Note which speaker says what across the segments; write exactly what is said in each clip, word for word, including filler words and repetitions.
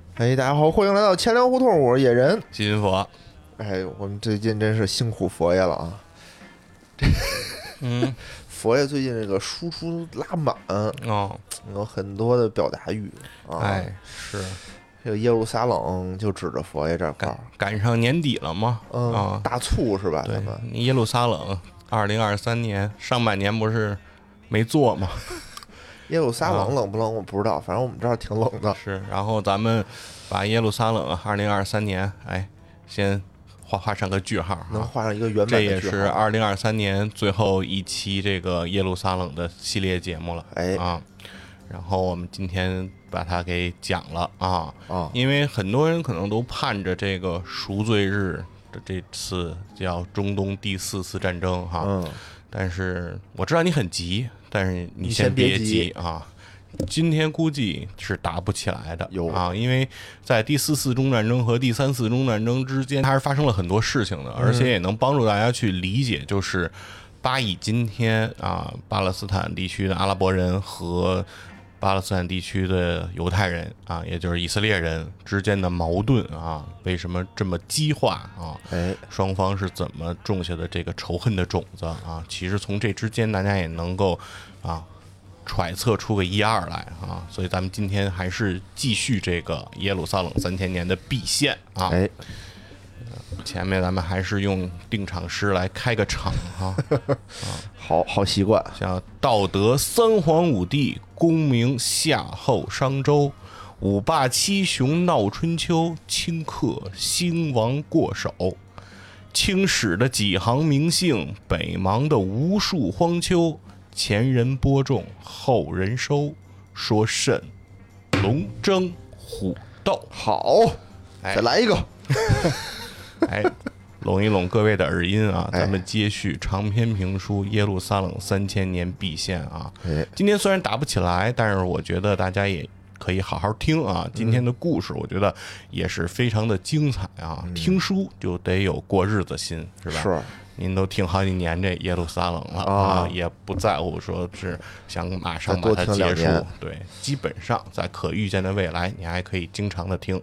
Speaker 1: 哎，大家好，欢迎来到钱粮胡同，我是野人。
Speaker 2: 新佛，
Speaker 1: 哎，我们最近真是辛苦佛爷了啊！
Speaker 2: 嗯，
Speaker 1: 佛爷最近这个输出拉满，
Speaker 2: 哦，
Speaker 1: 有很多的表达欲啊。
Speaker 2: 哎，是
Speaker 1: 这个耶路撒冷就指着佛爷这块儿，
Speaker 2: 赶上年底了嘛？
Speaker 1: 嗯，
Speaker 2: 啊，
Speaker 1: 大促是吧？
Speaker 2: 对
Speaker 1: 咱们，
Speaker 2: 耶路撒冷，二零二三年上半年不是没做吗？
Speaker 1: 耶路撒冷冷不冷我不知道，反正我们这儿挺冷的。
Speaker 2: 是，然后咱们把耶路撒冷二零二三年，哎，先画画上个句号啊，
Speaker 1: 能画上一个圆满的
Speaker 2: 这
Speaker 1: 句号。
Speaker 2: 也是二零二三年最后一期这个耶路撒冷的系列节目了，
Speaker 1: 哎
Speaker 2: 啊，然后我们今天把它给讲了啊，
Speaker 1: 啊，
Speaker 2: 因为很多人可能都盼着这个赎罪日的这次叫中东第四次战争哈，
Speaker 1: 嗯，
Speaker 2: 但是我知道你很急，但是你
Speaker 1: 你
Speaker 2: 先别
Speaker 1: 先别急
Speaker 2: 急啊。今天估计是打不起来的
Speaker 1: 有
Speaker 2: 啊，因为在第四次中东战争和第三次中东战争之间，它还是发生了很多事情的，而且也能帮助大家去理解，就是巴以今天啊，巴勒斯坦地区的阿拉伯人和巴勒斯坦地区的犹太人啊，也就是以色列人之间的矛盾啊，为什么这么激化啊？
Speaker 1: 哎，
Speaker 2: 双方是怎么种下的这个仇恨的种子啊？其实从这之间，大家也能够啊揣测出个一二来啊。所以咱们今天还是继续这个耶路撒冷三千年的必线啊。
Speaker 1: 哎，
Speaker 2: 前面咱们还是用定场诗来开个场哈、啊。
Speaker 1: 好好习惯。
Speaker 2: 像道德三皇五帝，功名夏后商周，五霸七雄闹春秋，顷刻兴亡过手。青史的几行名姓，北邙的无数荒丘，前人播种，后人收，说甚龙争虎斗。
Speaker 1: 好，
Speaker 2: 哎
Speaker 1: 再来一个。
Speaker 2: 哎，拢一拢各位的耳音啊，咱们接续长篇评书《耶路撒冷三千年必线》啊。
Speaker 1: 哎，
Speaker 2: 今天虽然打不起来，但是我觉得大家也可以好好听啊。今天的故事我觉得也是非常的精彩啊。
Speaker 1: 嗯、
Speaker 2: 听书就得有过日子心，是吧？
Speaker 1: 是。
Speaker 2: 您都听好几年这耶路撒冷了啊，也不在乎说是想马上把它结束。对，基本上在可预见的未来，你还可以经常的听。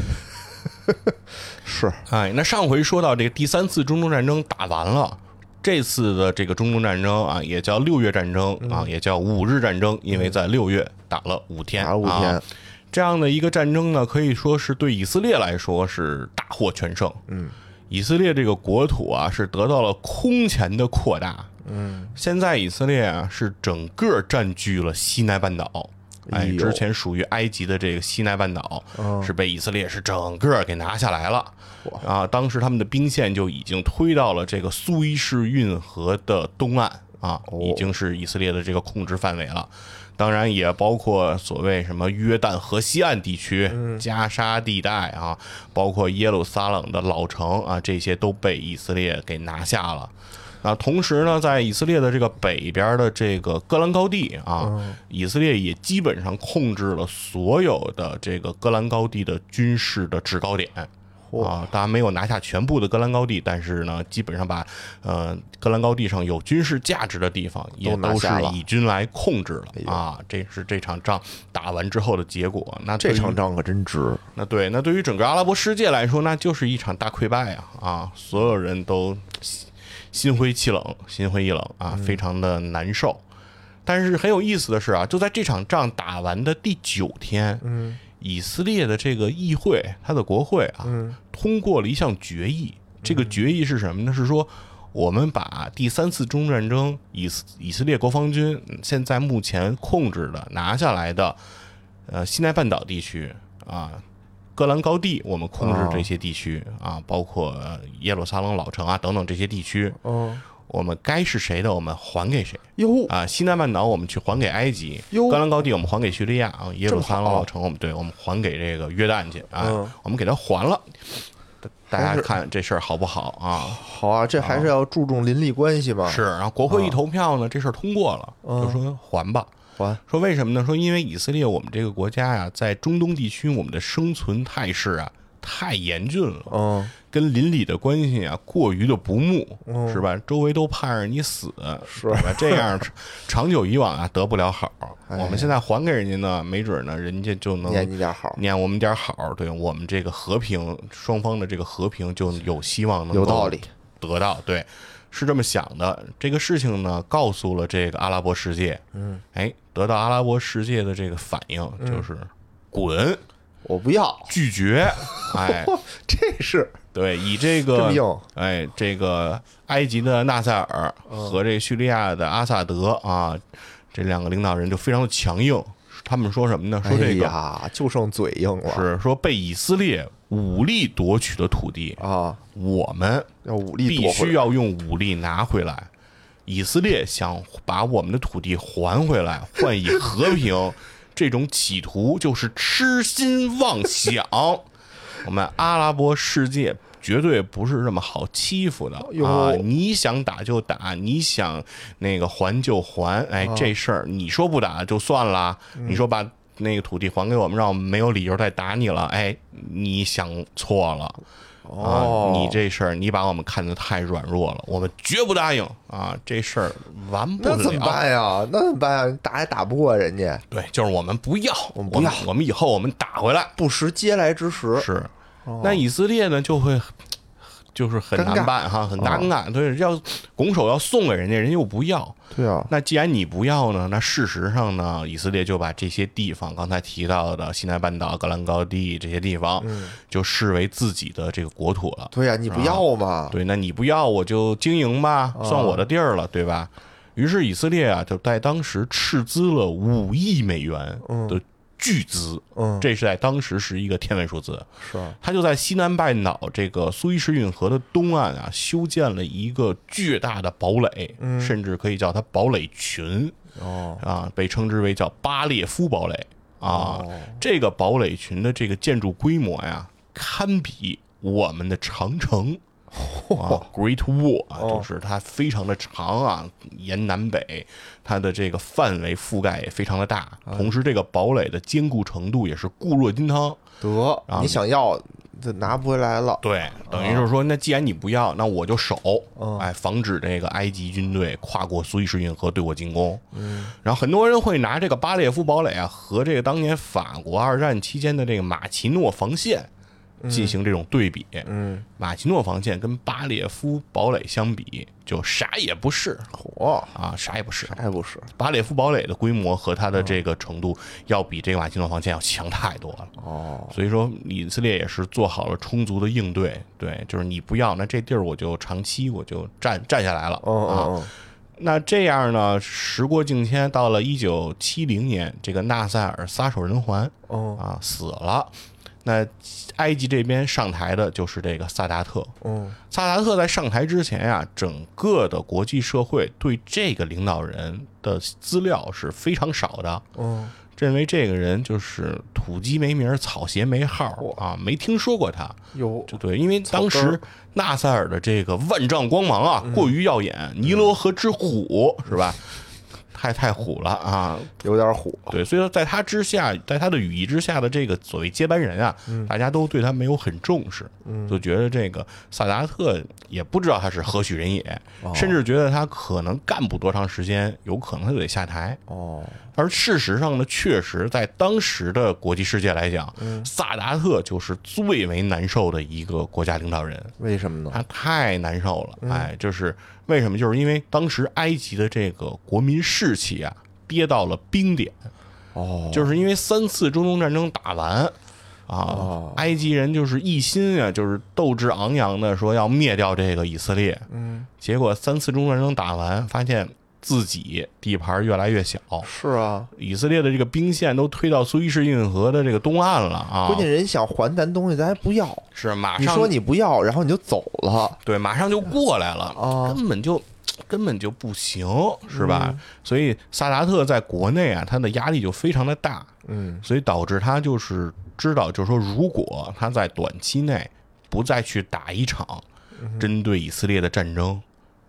Speaker 1: 是，
Speaker 2: 哎，那上回说到这个第三次中东战争打完了，这次的这个中东战争啊，也叫六月战争啊，
Speaker 1: 嗯、
Speaker 2: 也叫五日战争，因为在六月打了五天，
Speaker 1: 打了五天、
Speaker 2: 啊，这样的一个战争呢，可以说是对以色列来说是大获全胜。
Speaker 1: 嗯，
Speaker 2: 以色列这个国土啊，是得到了空前的扩大。
Speaker 1: 嗯，
Speaker 2: 现在以色列啊，是整个占据了西奈半岛。哎，之前属于埃及的这个西奈半岛、哦、是被以色列是整个给拿下来了啊！当时他们的兵线就已经推到了这个苏伊士运河的东岸啊，
Speaker 1: 哦、
Speaker 2: 已经是以色列的这个控制范围了。当然也包括所谓什么约旦河西岸地区、嗯、加沙地带啊，包括耶路撒冷的老城啊，这些都被以色列给拿下了。啊，同时呢，在以色列的这个北边的这个戈兰高地啊，嗯、以色列也基本上控制了所有的这个戈兰高地的军事的制高点。啊，当然没有拿下全部的戈兰高地，但是呢，基本上把呃戈兰高地上有军事价值的地方也都是以军来控制了啊。这是这场仗打完之后的结果。那
Speaker 1: 这场仗可真值。
Speaker 2: 那对，那对于整个阿拉伯世界来说，那就是一场大溃败啊！啊，所有人都心灰气冷，心灰意冷啊，非常的难受。嗯、但是很有意思的是啊，就在这场仗打完的第九天，
Speaker 1: 嗯。
Speaker 2: 以色列的这个议会，他的国会啊，
Speaker 1: 嗯、
Speaker 2: 通过了一项决议。这个决议是什么呢？是说我们把第三次中东战争以以色列国防军现在目前控制的拿下来的呃西奈半岛地区啊，戈兰高地，我们控制这些地区、哦、啊，包括耶路撒冷老城啊等等这些地区。
Speaker 1: 哦。
Speaker 2: 我们该是谁的，我们还给谁。
Speaker 1: 哟
Speaker 2: 啊，西奈半岛我们去还给埃及，戈兰高地我们还给叙利亚啊，耶路撒冷老城我们对我们还给这个约旦去啊，嗯、我们给他还了。大家看这事儿好不好啊？
Speaker 1: 好啊，这还是要注重邻里关系嘛。
Speaker 2: 是，然后国会一投票呢，啊、这事儿通过了，
Speaker 1: 嗯、
Speaker 2: 就说还吧。
Speaker 1: 还
Speaker 2: 说为什么呢？说因为以色列我们这个国家呀、啊，在中东地区我们的生存态势啊太严峻了，
Speaker 1: 嗯，
Speaker 2: 跟邻里的关系啊过于的不睦，
Speaker 1: 嗯
Speaker 2: 是吧？周围都盼着你死，
Speaker 1: 是
Speaker 2: 对吧？这样长久以往啊得不了好。
Speaker 1: 哎
Speaker 2: 我们现在还给人家呢，没准呢人家就能
Speaker 1: 念你点好，
Speaker 2: 念我们点好，对我们这个和平双方的这个和平就有希望能够
Speaker 1: 有道理
Speaker 2: 得到，对。是这么想的，这个事情呢，告诉了这个阿拉伯世界，
Speaker 1: 嗯，
Speaker 2: 哎，得到阿拉伯世界的这个反应就是滚，
Speaker 1: 我不要，
Speaker 2: 拒绝，哎，
Speaker 1: 这是
Speaker 2: 对，以这个
Speaker 1: 这么硬，
Speaker 2: 哎，这个埃及的纳赛尔和这个叙利亚的阿萨德啊，这两个领导人就非常的强硬，他们说什么呢？说这个、
Speaker 1: 哎呀，就剩嘴硬了，
Speaker 2: 是说被以色列武力夺取的土地
Speaker 1: 啊，
Speaker 2: 我们
Speaker 1: 要武力
Speaker 2: 必
Speaker 1: 夺回来
Speaker 2: 须要用武力拿回来。以色列想把我们的土地还回来，换以和平，这种企图就是痴心妄想。我们阿拉伯世界绝对不是这么好欺负的啊！你想打就打，你想那个还就还，哎，
Speaker 1: 啊
Speaker 2: 这事儿你说不打就算了，
Speaker 1: 嗯、
Speaker 2: 你说把那个土地还给我们，让我们没有理由再打你了，哎，你想错了。
Speaker 1: 哦、
Speaker 2: 啊，你这事儿你把我们看得太软弱了，我们绝不答应啊！这事儿完不了，
Speaker 1: 那怎么办呀？那怎么办呀？打也打不过人家。
Speaker 2: 对，就是我们不要，
Speaker 1: 我们不要，
Speaker 2: 我们以后我们打回来，
Speaker 1: 不识嗟来之食。
Speaker 2: 是，
Speaker 1: 哦、
Speaker 2: 那以色列呢就会。就是很难办哈，很尴尬。对，要拱手要送给人家，人家又不要。
Speaker 1: 对啊，
Speaker 2: 那既然你不要呢，那事实上呢，以色列就把这些地方，刚才提到的西奈半岛、戈兰高地这些地方，
Speaker 1: 嗯、
Speaker 2: 就视为自己的这个国土了。
Speaker 1: 对呀、啊，你不要嘛、
Speaker 2: 啊？对，那你不要，我就经营吧，算我的地儿了，对吧？于是以色列啊，就在当时斥资了五亿美元的巨资，
Speaker 1: 嗯，
Speaker 2: 这是在当时是一个天文数字。
Speaker 1: 是，
Speaker 2: 他就在西南半岛这个苏伊士运河的东岸啊，修建了一个巨大的堡垒，
Speaker 1: 嗯、
Speaker 2: 甚至可以叫它堡垒群。
Speaker 1: 哦，
Speaker 2: 啊，被称之为叫巴列夫堡垒啊。
Speaker 1: 哦、
Speaker 2: 这个堡垒群的这个建筑规模呀，堪比我们的长城。啊 ，Great Wall 啊，就是它非常的长啊，沿南北，它的这个范围覆盖也非常的大，同时这个堡垒的坚固程度也是固若金汤。
Speaker 1: 得，你想要就拿不回来了。
Speaker 2: 对，等于就是说，那既然你不要，那我就守，
Speaker 1: 嗯、
Speaker 2: 哎，防止这个埃及军队跨过苏伊士运河对我进攻。
Speaker 1: 嗯，
Speaker 2: 然后很多人会拿这个巴列夫堡垒啊和这个当年法国二战期间的这个马奇诺防线进行这种对比。
Speaker 1: 嗯，
Speaker 2: 马奇诺防线跟巴列夫堡垒相比，就啥也不是。
Speaker 1: 嚯
Speaker 2: 啊，啥也不是，
Speaker 1: 啥也不是。
Speaker 2: 巴列夫堡垒的规模和它的这个程度，要比这个马奇诺防线要强太多了。
Speaker 1: 哦，
Speaker 2: 所以说以色列也是做好了充足的应对。对，就是你不要，那这地儿我就长期我就占占下来了。
Speaker 1: 哦哦哦。
Speaker 2: 啊，那这样呢，时过境迁，到了一九七零年，这个纳赛尔撒手人寰，
Speaker 1: 哦
Speaker 2: 啊死了。那埃及这边上台的就是这个萨达特。
Speaker 1: 嗯，
Speaker 2: 萨达特在上台之前呀、啊，整个的国际社会对这个领导人的资料是非常少的。
Speaker 1: 嗯，
Speaker 2: 认为这个人就是土鸡没名，草鞋没号啊，没听说过他。
Speaker 1: 有
Speaker 2: 就对，因为当时纳赛尔的这个万丈光芒啊，过于耀眼，尼罗河之虎是吧？太太虎了啊，
Speaker 1: 有点虎。
Speaker 2: 对，所以说在他之下，在他的羽翼之下的这个所谓接班人啊，
Speaker 1: 嗯、
Speaker 2: 大家都对他没有很重视，
Speaker 1: 嗯、
Speaker 2: 就觉得这个萨达特也不知道他是何许人也，
Speaker 1: 哦、
Speaker 2: 甚至觉得他可能干不多长时间，有可能他就得下台。
Speaker 1: 哦，
Speaker 2: 而事实上呢，确实在当时的国际世界来讲，
Speaker 1: 嗯、
Speaker 2: 萨达特就是最为难受的一个国家领导人。
Speaker 1: 为什么呢？
Speaker 2: 他太难受了，
Speaker 1: 嗯、
Speaker 2: 哎，就是为什么？就是因为当时埃及的这个国民士气啊跌到了冰点。
Speaker 1: 哦，
Speaker 2: 就是因为三次中东战争打完啊，
Speaker 1: 哦、
Speaker 2: 埃及人就是一心啊，就是斗志昂扬的说要灭掉这个以色列。
Speaker 1: 嗯，
Speaker 2: 结果三次中东战争打完，发现自己地盘越来越小。
Speaker 1: 是啊，
Speaker 2: 以色列的这个兵线都推到苏伊士运河的这个东岸了啊。
Speaker 1: 关键人想还咱东西，咱还不要。
Speaker 2: 是马上
Speaker 1: 你说你不要，然后你就走了。
Speaker 2: 对，马上就过来了，
Speaker 1: 啊、
Speaker 2: 根本就。根本就不行，是吧？
Speaker 1: 嗯、
Speaker 2: 所以萨达特在国内啊，他的压力就非常的大，
Speaker 1: 嗯，
Speaker 2: 所以导致他就是知道，就是说，如果他在短期内不再去打一场针对以色列的战争，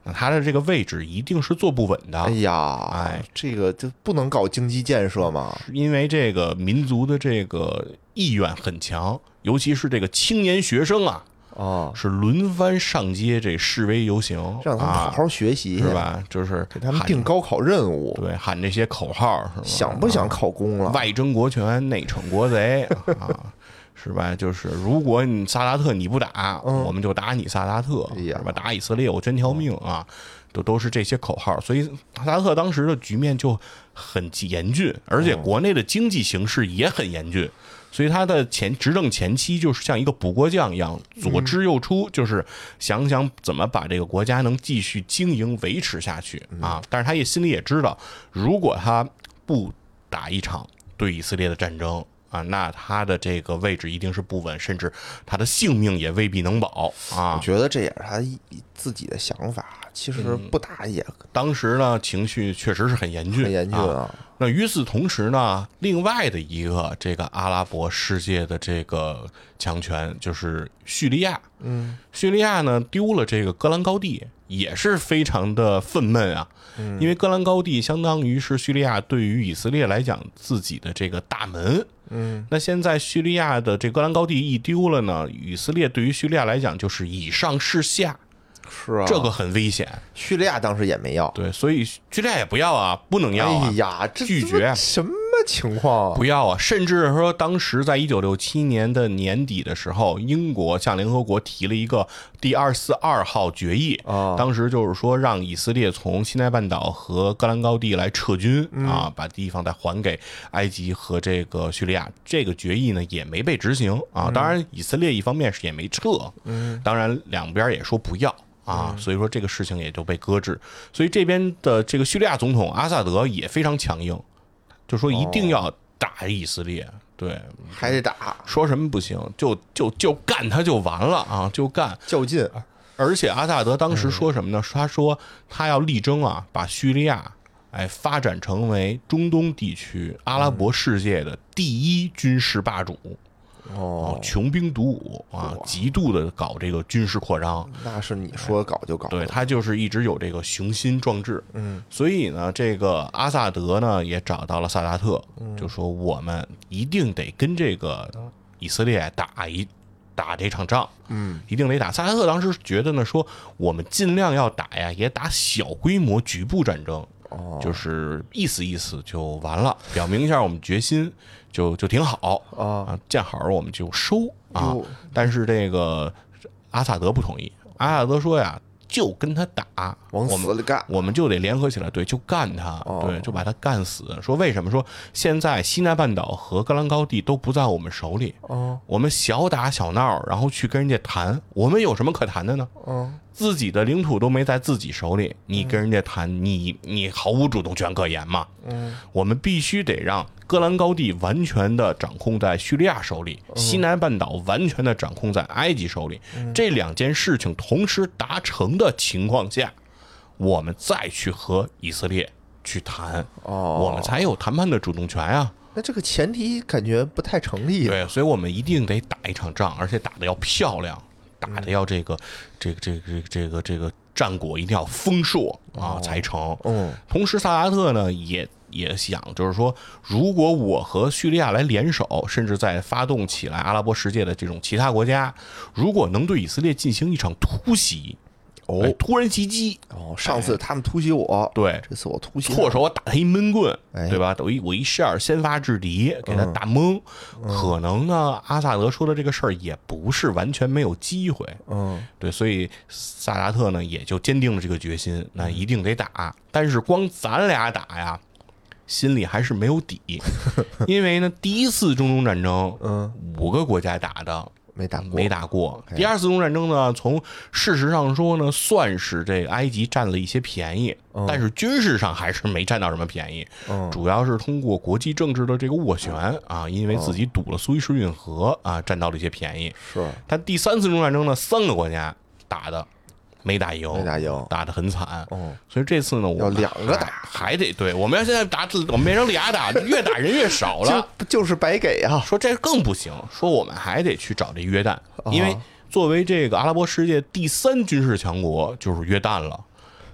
Speaker 2: 那它的这个位置一定是坐不稳的。
Speaker 1: 哎呀，
Speaker 2: 哎，
Speaker 1: 这个就不能搞经济建设吗？
Speaker 2: 因为这个民族的这个意愿很强，尤其是这个青年学生啊。
Speaker 1: 哦，
Speaker 2: 是轮番上街这示威游行，
Speaker 1: 让他们好好学习、
Speaker 2: 啊、是吧？就是
Speaker 1: 给他们定高考任务，
Speaker 2: 对，喊这些口号，是吧？
Speaker 1: 想不想考公了？
Speaker 2: 啊、外争国权，内惩国贼啊，是吧？就是如果你萨达特你不打，嗯、我们就打你萨达特，
Speaker 1: 哎、是
Speaker 2: 吧？打以色列我捐条命啊，都都是这些口号。所以萨达特当时的局面就很严峻，而且国内的经济形势也很严峻。所以他的前执政前期就是像一个补锅匠一样，左支右出，就是想想怎么把这个国家能继续经营维持下去啊。但是他也心里也知道，如果他不打一场对以色列的战争啊，那他的这个位置一定是不稳，甚至他的性命也未必能保啊。
Speaker 1: 我觉得这也是他自己的想法，其实不打也、嗯、
Speaker 2: 当时呢情绪确实是很严峻，
Speaker 1: 很严峻啊。
Speaker 2: 啊那与此同时呢，另外的一个这个阿拉伯世界的这个强权就是叙利亚，
Speaker 1: 嗯，
Speaker 2: 叙利亚呢丢了这个戈兰高地，也是非常的愤懑啊，
Speaker 1: 嗯、
Speaker 2: 因为戈兰高地相当于是叙利亚对于以色列来讲自己的这个大门，
Speaker 1: 嗯，
Speaker 2: 那现在叙利亚的这戈兰高地一丢了呢，以色列对于叙利亚来讲就是以上是下。
Speaker 1: 是啊，
Speaker 2: 这个很危险。
Speaker 1: 叙利亚当时也没要，
Speaker 2: 对，所以叙利亚也不要啊，不能要啊！
Speaker 1: 哎呀，这
Speaker 2: 拒绝，
Speaker 1: 什么情况、啊？
Speaker 2: 不要啊！甚至说，当时在一九六七年的年底的时候，英国向联合国提了一个第二四二号决议，
Speaker 1: 啊、
Speaker 2: 当时就是说让以色列从西奈半岛和戈兰高地来撤军、
Speaker 1: 嗯、
Speaker 2: 啊，把地方再还给埃及和这个叙利亚。这个决议呢也没被执行啊。当然，以色列一方面是也没撤，
Speaker 1: 嗯，
Speaker 2: 当然两边也说不要。啊，所以说这个事情也就被搁置，所以这边的这个叙利亚总统阿萨德也非常强硬，就说一定要打以色列，哦、对，
Speaker 1: 还得打，
Speaker 2: 说什么不行，就就就干他就完了啊，就干
Speaker 1: 较劲。
Speaker 2: 而且阿萨德当时说什么呢？嗯、他说他要力争啊，把叙利亚哎发展成为中东地区阿拉伯世界的第一军事霸主。
Speaker 1: 哦，
Speaker 2: 穷兵黩武啊，极度的搞这个军事扩张，
Speaker 1: 那是你说搞就搞。
Speaker 2: 对，他就是一直有这个雄心壮志。
Speaker 1: 嗯，
Speaker 2: 所以呢，这个阿萨德呢也找到了萨达特，
Speaker 1: 嗯、
Speaker 2: 就说我们一定得跟这个以色列打一打这场仗。
Speaker 1: 嗯，
Speaker 2: 一定得打。萨达特当时觉得呢，说我们尽量要打呀，也打小规模局部战争。
Speaker 1: 哦，
Speaker 2: 就是意思意思就完了，表明一下我们决心，就就挺好啊，见好我们就收啊。但是这个阿萨德不同意，阿萨德说呀，就跟他打，
Speaker 1: 往死里干，
Speaker 2: 我们就得联合起来，对，就干他，
Speaker 1: 哦、
Speaker 2: 对，就把他干死。说为什么？说现在西奈半岛和戈兰高地都不在我们手里，
Speaker 1: 哦、
Speaker 2: 我们小打小闹，然后去跟人家谈，我们有什么可谈的呢？
Speaker 1: 哦
Speaker 2: 自己的领土都没在自己手里，你跟人家谈，你你毫无主动权可言嘛？
Speaker 1: 嗯，
Speaker 2: 我们必须得让戈兰高地完全的掌控在叙利亚手里，
Speaker 1: 嗯、
Speaker 2: 西南半岛完全的掌控在埃及手里。
Speaker 1: 嗯、
Speaker 2: 这两件事情同时达成的情况下，我们再去和以色列去谈，
Speaker 1: 哦，
Speaker 2: 我们才有谈判的主动权啊。
Speaker 1: 那这个前提感觉不太成立。
Speaker 2: 对，所以我们一定得打一场仗，而且打得要漂亮。打的要这个，这个，这个，这个，这个战果一定要丰硕啊，才成。
Speaker 1: 嗯，
Speaker 2: 同时萨达特呢也也想，就是说，如果我和叙利亚来联手，甚至在发动起来阿拉伯世界的这种其他国家，如果能对以色列进行一场突袭。哦，突然袭击
Speaker 1: 哦！上次他们突袭我，
Speaker 2: 对，
Speaker 1: 这次我突袭，
Speaker 2: 错手我打他一闷棍，
Speaker 1: 哎、
Speaker 2: 对吧？我一我一下先发制敌，给他打懵。
Speaker 1: 嗯、
Speaker 2: 可能呢，阿萨德说的这个事儿也不是完全没有机会。
Speaker 1: 嗯，
Speaker 2: 对，所以萨达特呢也就坚定了这个决心，那一定得打。但是光咱俩打呀，心里还是没有底，因为呢，第一次中东战争，
Speaker 1: 嗯，
Speaker 2: 五个国家打的。
Speaker 1: 没打过，
Speaker 2: 没打过。第二次中东战争呢，从事实上说呢，算是这个埃及占了一些便宜，
Speaker 1: 嗯、
Speaker 2: 但是军事上还是没占到什么便宜。
Speaker 1: 嗯、
Speaker 2: 主要是通过国际政治的这个斡旋啊，因为自己堵了苏伊士运河啊，占到了一些便宜。
Speaker 1: 是。
Speaker 2: 但第三次中东战争呢，三个国家打的。没打赢，
Speaker 1: 没打赢，
Speaker 2: 打得很惨。
Speaker 1: 哦，
Speaker 2: 所以这次呢，我
Speaker 1: 要两个打，
Speaker 2: 还得对。我们要现在打，我们变成俩打，越打人越少了，
Speaker 1: 就就是白给啊。
Speaker 2: 说这更不行，说我们还得去找这约旦，因为作为这个阿拉伯世界第三军事强国就是约旦了。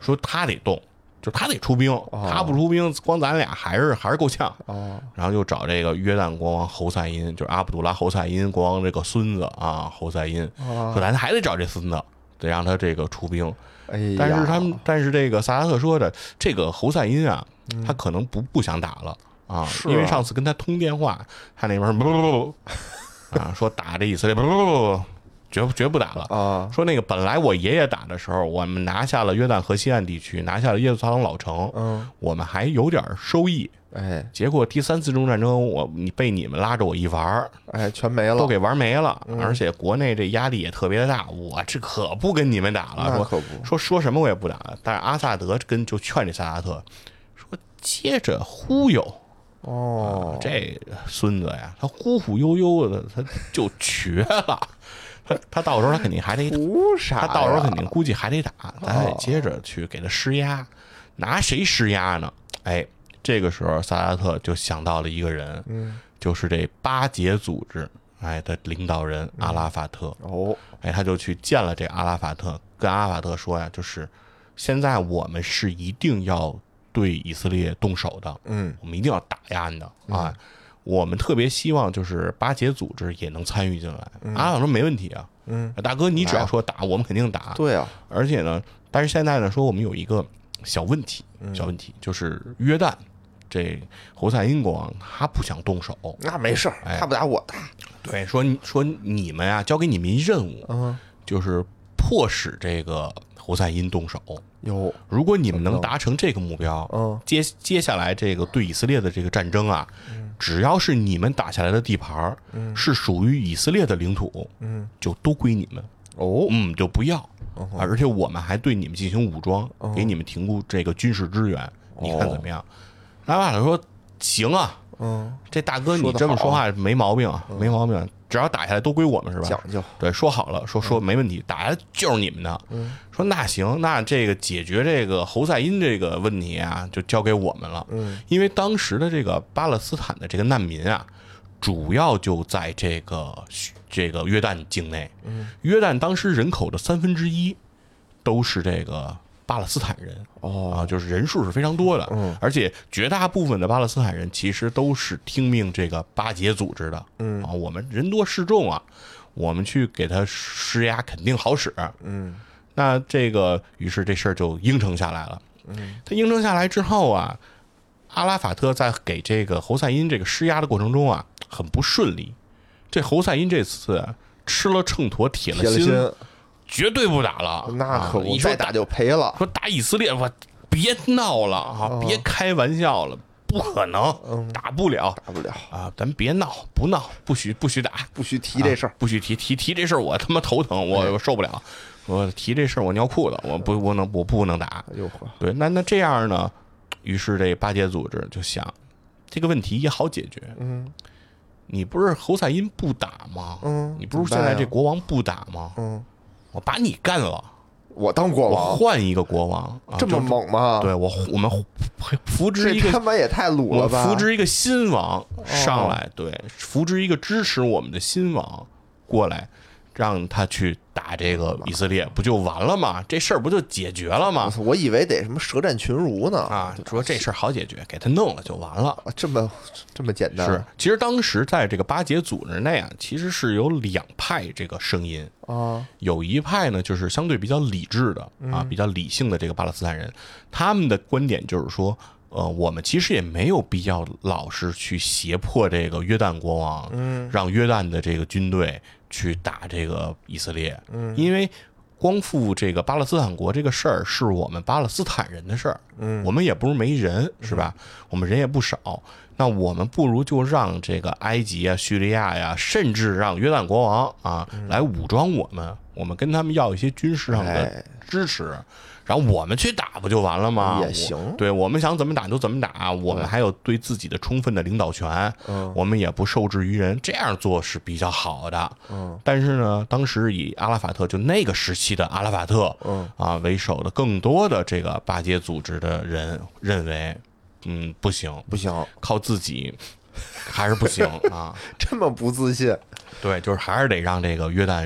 Speaker 2: 说他得动，就他得出兵，
Speaker 1: 哦、
Speaker 2: 他不出兵，光咱俩还是还是够呛。
Speaker 1: 哦，
Speaker 2: 然后就找这个约旦国王侯赛因，就是阿卜杜拉侯赛因国王这个孙子啊，侯赛因，
Speaker 1: 哦、
Speaker 2: 说咱还得找这孙子，得让他这个出兵。
Speaker 1: 哎呀，
Speaker 2: 但是他们，但是这个萨拉特说的，这个侯赛因啊，他可能不不想打了啊，
Speaker 1: 啊
Speaker 2: 因为上次跟他通电话，他那边不不不不啊，说打这以色列不不不不，绝绝不打了
Speaker 1: 啊。
Speaker 2: 说那个本来我爷爷打的时候，我们拿下了约旦河西岸地区，拿下了耶路撒冷老城，
Speaker 1: 嗯，
Speaker 2: 我们还有点收益。
Speaker 1: 哎，
Speaker 2: 结果第三次中战争，我你被你们拉着我一玩，
Speaker 1: 哎，全没了，
Speaker 2: 都给玩没了，
Speaker 1: 嗯、
Speaker 2: 而且国内这压力也特别的大，我这可不跟你们打了，说
Speaker 1: 可不
Speaker 2: 说说什么我也不打了。但是阿萨德跟就劝这萨拉特说，接着忽悠。
Speaker 1: 哦、
Speaker 2: 啊，这孙子呀，他忽忽悠悠的，他就瘸了。他他到时候他肯定还得打，他到时候肯定估计还得打，咱得接着去给他施压。拿谁施压呢？哎，这个时候萨拉特就想到了一个人，
Speaker 1: 嗯，
Speaker 2: 就是这巴解组织哎的领导人阿拉法特。
Speaker 1: 哦，
Speaker 2: 哎，他就去见了这阿拉法特，跟阿拉法特说呀，就是现在我们是一定要对以色列动手的，
Speaker 1: 嗯，
Speaker 2: 我们一定要打压的啊。嗯，我们特别希望就是巴解组织也能参与进来。嗯、阿拉说没问题啊，
Speaker 1: 嗯，
Speaker 2: 大哥你只要说打，我们肯定打。
Speaker 1: 对啊，
Speaker 2: 而且呢，但是现在呢，说我们有一个小问题，小问题就是约旦这侯赛因国王他不想动手，
Speaker 1: 那没事，哎、他不打我打。
Speaker 2: 对，说说你们啊，交给你们一任务，
Speaker 1: 嗯，
Speaker 2: 就是迫使这个侯赛因动手。
Speaker 1: 有，
Speaker 2: 如果你们能达成这个目标，
Speaker 1: 嗯，
Speaker 2: 接接下来这个对以色列的这个战争啊，嗯、只要是你们打下来的地盘，嗯，是属于以色列的领土，嗯，就都归你们。
Speaker 1: 哦，
Speaker 2: 嗯，就不要。嗯、而且我们还对你们进行武装，嗯、给你们提供这个军事支援，哦、你看怎么样？拉瓦特说行啊，
Speaker 1: 嗯，
Speaker 2: 这大哥你这么说话没毛病啊，没毛病。只要打下来都归我们是吧？
Speaker 1: 讲究。
Speaker 2: 对，说好了，说说没问题，打下来就是你们的。
Speaker 1: 嗯，
Speaker 2: 说那行，那这个解决这个侯赛因这个问题啊，就交给我们了。
Speaker 1: 嗯，
Speaker 2: 因为当时的这个巴勒斯坦的这个难民啊，主要就在这个这个约旦境内。嗯，约旦当时人口的三分之一都是这个巴勒斯坦人。
Speaker 1: 哦，
Speaker 2: 啊，就是人数是非常多的。
Speaker 1: 嗯，
Speaker 2: 而且绝大部分的巴勒斯坦人其实都是听命这个巴解组织的。
Speaker 1: 嗯，
Speaker 2: 啊，我们人多势众啊，我们去给他施压肯定好使。
Speaker 1: 嗯，
Speaker 2: 那这个于是这事儿就应承下来了。
Speaker 1: 嗯，
Speaker 2: 他应承下来之后啊，阿拉法特在给这个侯赛因这个施压的过程中啊，很不顺利。这侯赛因这次、啊、吃了秤砣铁了心，绝对不打了。
Speaker 1: 那可不，
Speaker 2: 啊、
Speaker 1: 再打就赔了。
Speaker 2: 说打以色列，我别闹了啊，
Speaker 1: 哦、
Speaker 2: 别开玩笑了，不可能，
Speaker 1: 嗯、
Speaker 2: 打不了，
Speaker 1: 打不了
Speaker 2: 啊！咱别闹，不闹，不许不许打，
Speaker 1: 不许提这事儿、
Speaker 2: 啊，不许提提提这事儿，我他妈头疼，我我受不了，我提这事儿我尿裤子，我不不能我不能打。对，那那这样呢？于是这巴解组织就想，这个问题也好解决。
Speaker 1: 嗯。
Speaker 2: 你不是侯赛因不打吗？
Speaker 1: 嗯，
Speaker 2: 你不是现在这国王不打吗？
Speaker 1: 嗯，
Speaker 2: 我把你干了，
Speaker 1: 我当国王，
Speaker 2: 我换一个国王，啊、
Speaker 1: 这么猛吗？
Speaker 2: 对我，我们扶植一个，
Speaker 1: 这他妈也太鲁了吧！
Speaker 2: 我扶植一个新王上来，哦、对，扶植一个支持我们的新王过来，让他去打这个以色列，不就完了吗？这事儿不就解决了吗？
Speaker 1: 我以为得什么舌战群儒呢
Speaker 2: 啊！说这事儿好解决，给他弄了就完了。
Speaker 1: 啊、这么这么简单？
Speaker 2: 是，其实当时在这个巴解组织内啊，其实是有两派这个声音
Speaker 1: 啊。
Speaker 2: 有一派呢，就是相对比较理智的啊，
Speaker 1: 嗯、
Speaker 2: 比较理性的这个巴勒斯坦人，他们的观点就是说，呃，我们其实也没有必要老是去胁迫这个约旦国王，
Speaker 1: 嗯，
Speaker 2: 让约旦的这个军队去打这个以色列，
Speaker 1: 嗯，
Speaker 2: 因为光复这个巴勒斯坦国这个事儿是我们巴勒斯坦人的事儿，
Speaker 1: 嗯，
Speaker 2: 我们也不是没人，是吧？我们人也不少，那我们不如就让这个埃及啊、叙利亚呀，甚至让约旦国王啊来武装我们，我们跟他们要一些军事上的支持。哎，然后我们去打不就完了吗？
Speaker 1: 也行，
Speaker 2: 对，我们想怎么打就怎么打，我们还有对自己的充分的领导权，
Speaker 1: 嗯，
Speaker 2: 我们也不受制于人，这样做是比较好的。
Speaker 1: 嗯，
Speaker 2: 但是呢，当时以阿拉法特就那个时期的阿拉法特，
Speaker 1: 嗯
Speaker 2: 啊为首的更多的这个巴解组织的人认为，嗯，不行，
Speaker 1: 不行，
Speaker 2: 靠自己还是不行啊，
Speaker 1: 这么不自信。
Speaker 2: 对，就是还是得让这个约旦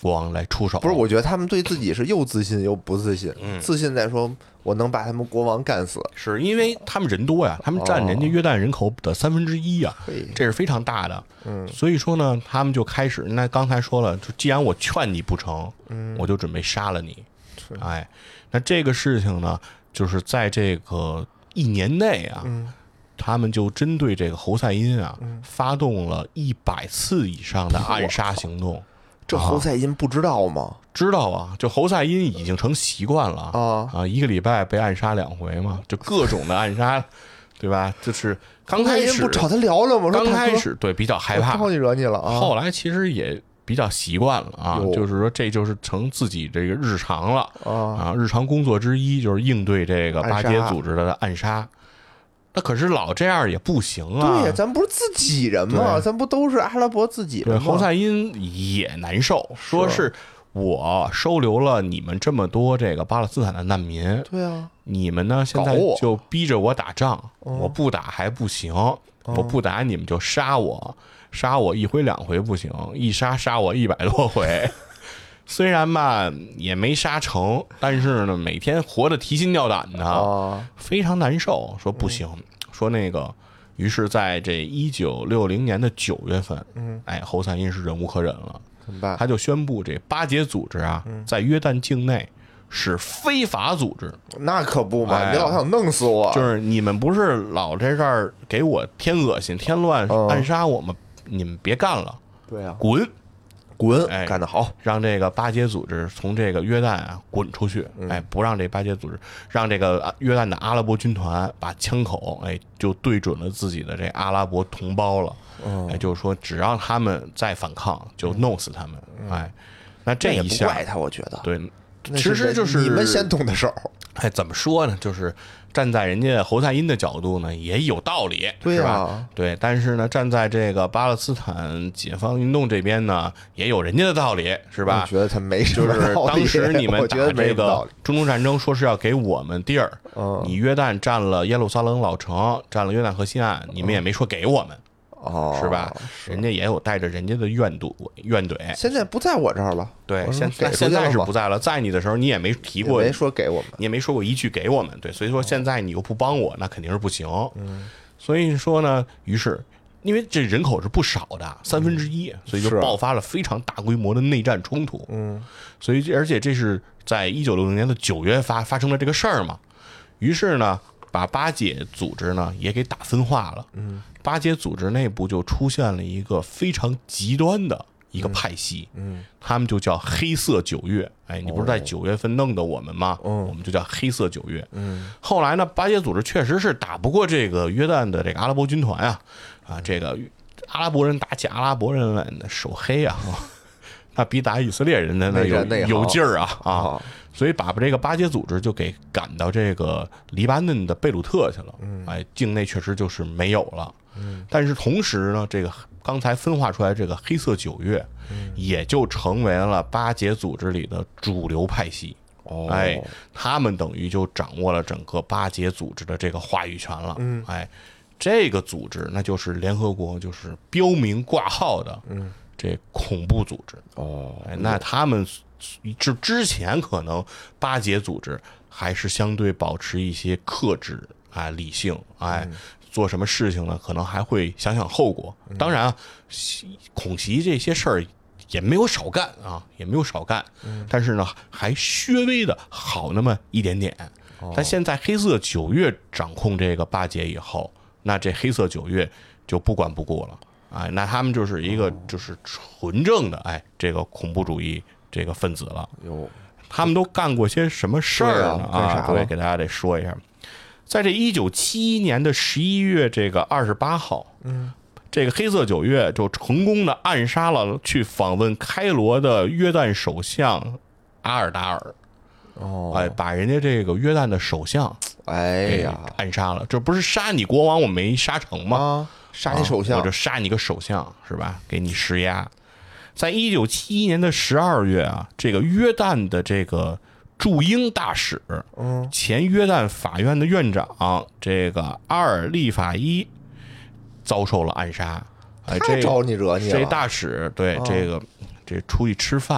Speaker 2: 国王来出手。
Speaker 1: 不是，我觉得他们对自己是又自信又不自信。
Speaker 2: 嗯，
Speaker 1: 自信在说我能把他们国王干死，
Speaker 2: 是因为他们人多呀，他们占人家约旦人口的三分之一呀，这是非常大的。
Speaker 1: 嗯，
Speaker 2: 所以说呢，他们就开始，那刚才说了，就既然我劝你不成，
Speaker 1: 嗯，
Speaker 2: 我就准备杀了你。哎，那这个事情呢，就是在这个一年内啊。
Speaker 1: 嗯，
Speaker 2: 他们就针对这个侯赛因啊，嗯、发动了一百次以上的暗杀行动。
Speaker 1: 这侯赛因不知道吗？
Speaker 2: 啊、知道啊，就侯赛因已经成习惯了啊啊，一个礼拜被暗杀两回嘛，就各种的暗杀，对吧？就是刚开始
Speaker 1: 不找他聊聊吗？
Speaker 2: 刚开始对比较害怕，
Speaker 1: 招你惹你了啊。
Speaker 2: 后来其实也比较习惯了啊，就是说这就是成自己这个日常了啊，日常工作之一就是应对这个巴结组织的暗杀。那可是老这样也不行啊！
Speaker 1: 对呀，咱不是自己人吗？咱不都是阿拉伯自己人吗？
Speaker 2: 对，侯赛因也难受，说是我收留了你们这么多这个巴勒斯坦的难民，
Speaker 1: 对啊，
Speaker 2: 你们呢现在就逼着我打仗，我不打还不行，我不打你们就杀我，杀我一回两回不行，一杀杀我一百多回。虽然吧也没杀成，但是呢每天活得提心吊胆的，
Speaker 1: 哦、
Speaker 2: 非常难受。说不行，嗯、说那个，于是在这一九六零年的九月份，嗯，哎，侯赛因是忍无可忍了，
Speaker 1: 怎么办？
Speaker 2: 他就宣布这巴结组织啊，嗯、在约旦境内是非法组织。
Speaker 1: 那可不嘛，
Speaker 2: 哎、
Speaker 1: 你老想弄死我，
Speaker 2: 就是你们不是老在这儿给我添恶心、添乱、
Speaker 1: 嗯、
Speaker 2: 暗杀我们，你们别干了，
Speaker 1: 对啊，
Speaker 2: 滚！
Speaker 1: 滚！
Speaker 2: 哎，
Speaker 1: 干得好，
Speaker 2: 让这个巴结组织从这个约旦啊滚出去，
Speaker 1: 嗯、
Speaker 2: 哎，不让这巴结组织，让这个约旦的阿拉伯军团把枪口哎就对准了自己的这阿拉伯同胞了，
Speaker 1: 嗯、
Speaker 2: 哎，就是说只要他们再反抗，就弄死他们，
Speaker 1: 嗯、
Speaker 2: 哎，那这一下
Speaker 1: 那也不怪他，我觉得
Speaker 2: 对，其实就是
Speaker 1: 你们先动的手，
Speaker 2: 哎，怎么说呢？就是站在人家侯赛因的角度呢，也有道理，
Speaker 1: 对
Speaker 2: 是吧？对，但是呢，站在这个巴勒斯坦解放运动这边呢，也有人家的道理，是吧？
Speaker 1: 我觉得他没什么道理，
Speaker 2: 就是当时你们打这个中东战争，说是要给我们地儿，
Speaker 1: 嗯、
Speaker 2: 你约旦占了耶路撒冷老城，占了约旦河西岸，你们也没说给我们。
Speaker 1: 哦，
Speaker 2: 是吧？
Speaker 1: 是
Speaker 2: 人家也有带着人家的怨怼怨怼。
Speaker 1: 现在不在我这儿了，
Speaker 2: 对，现在现在是不在了。在你的时候，你也没提过，
Speaker 1: 没说给我们，
Speaker 2: 你也没说过一句给我们。对，所以说现在你又不帮我，那肯定是不行。嗯，所以说呢，于是因为这人口是不少的，三分之一，所以就爆发了非常大规模的内战冲突。
Speaker 1: 嗯，
Speaker 2: 所以而且这是在一九六零年的九月发发生了这个事儿嘛。于是呢，把巴解组织呢也给打分化了。
Speaker 1: 嗯。
Speaker 2: 巴解组织内部就出现了一个非常极端的一个派系，
Speaker 1: 嗯，嗯
Speaker 2: 他们就叫黑色九月。哎，你不是在九月份弄的我们吗？
Speaker 1: 嗯，
Speaker 2: 我们就叫黑色九月。
Speaker 1: 嗯，
Speaker 2: 后来呢，巴解组织确实是打不过这个约旦的这个阿拉伯军团啊，啊，这个阿拉伯人打起阿拉伯人来，那手黑啊，那比打以色列人的那有有劲儿啊啊！所以把这个巴结组织就给赶到这个黎巴嫩的贝鲁特去了。
Speaker 1: 嗯，
Speaker 2: 哎，境内确实就是没有了。
Speaker 1: 嗯，
Speaker 2: 但是同时呢，这个刚才分化出来这个黑色九月，嗯，也就成为了巴结组织里的主流派系。
Speaker 1: 哦，
Speaker 2: 哎，他们等于就掌握了整个巴结组织的这个话语权了。
Speaker 1: 嗯，
Speaker 2: 哎，这个组织那就是联合国就是标明挂号的，
Speaker 1: 嗯，
Speaker 2: 这恐怖组织。
Speaker 1: 哦，
Speaker 2: 哎，那他们之之前可能巴结组织还是相对保持一些克制啊、理性，哎。嗯，做什么事情呢？可能还会想想后果。当然啊，恐袭这些事儿也没有少干啊，也没有少干。但是呢，还略微的好那么一点点。但现在黑色九月掌控这个巴结以后，那这黑色九月就不管不顾了。哎，那他们就是一个就是纯正的哎这个恐怖主义这个分子了。
Speaker 1: 有，
Speaker 2: 他们都干过些什么事儿呢？啊，对，给大家得说一下。在这一九七一年的十一月这个二十八号，
Speaker 1: 嗯，
Speaker 2: 这个黑色九月就成功的暗杀了去访问开罗的约旦首相阿尔达尔。
Speaker 1: 哦，
Speaker 2: 哎，把人家这个约旦的首相，
Speaker 1: 哎呀，
Speaker 2: 暗杀了。这不是杀你国王我没杀成吗？
Speaker 1: 啊，杀你首相，
Speaker 2: 啊、我就杀你个首相是吧？给你施压。在一九七一年的十二月啊，这个约旦的这个驻英大使，
Speaker 1: 嗯，
Speaker 2: 前约旦法院的院长这个阿尔利法伊遭受了暗杀。哎，这
Speaker 1: 招你惹你了。
Speaker 2: 这大使对、
Speaker 1: 哦、
Speaker 2: 这个这出去吃饭，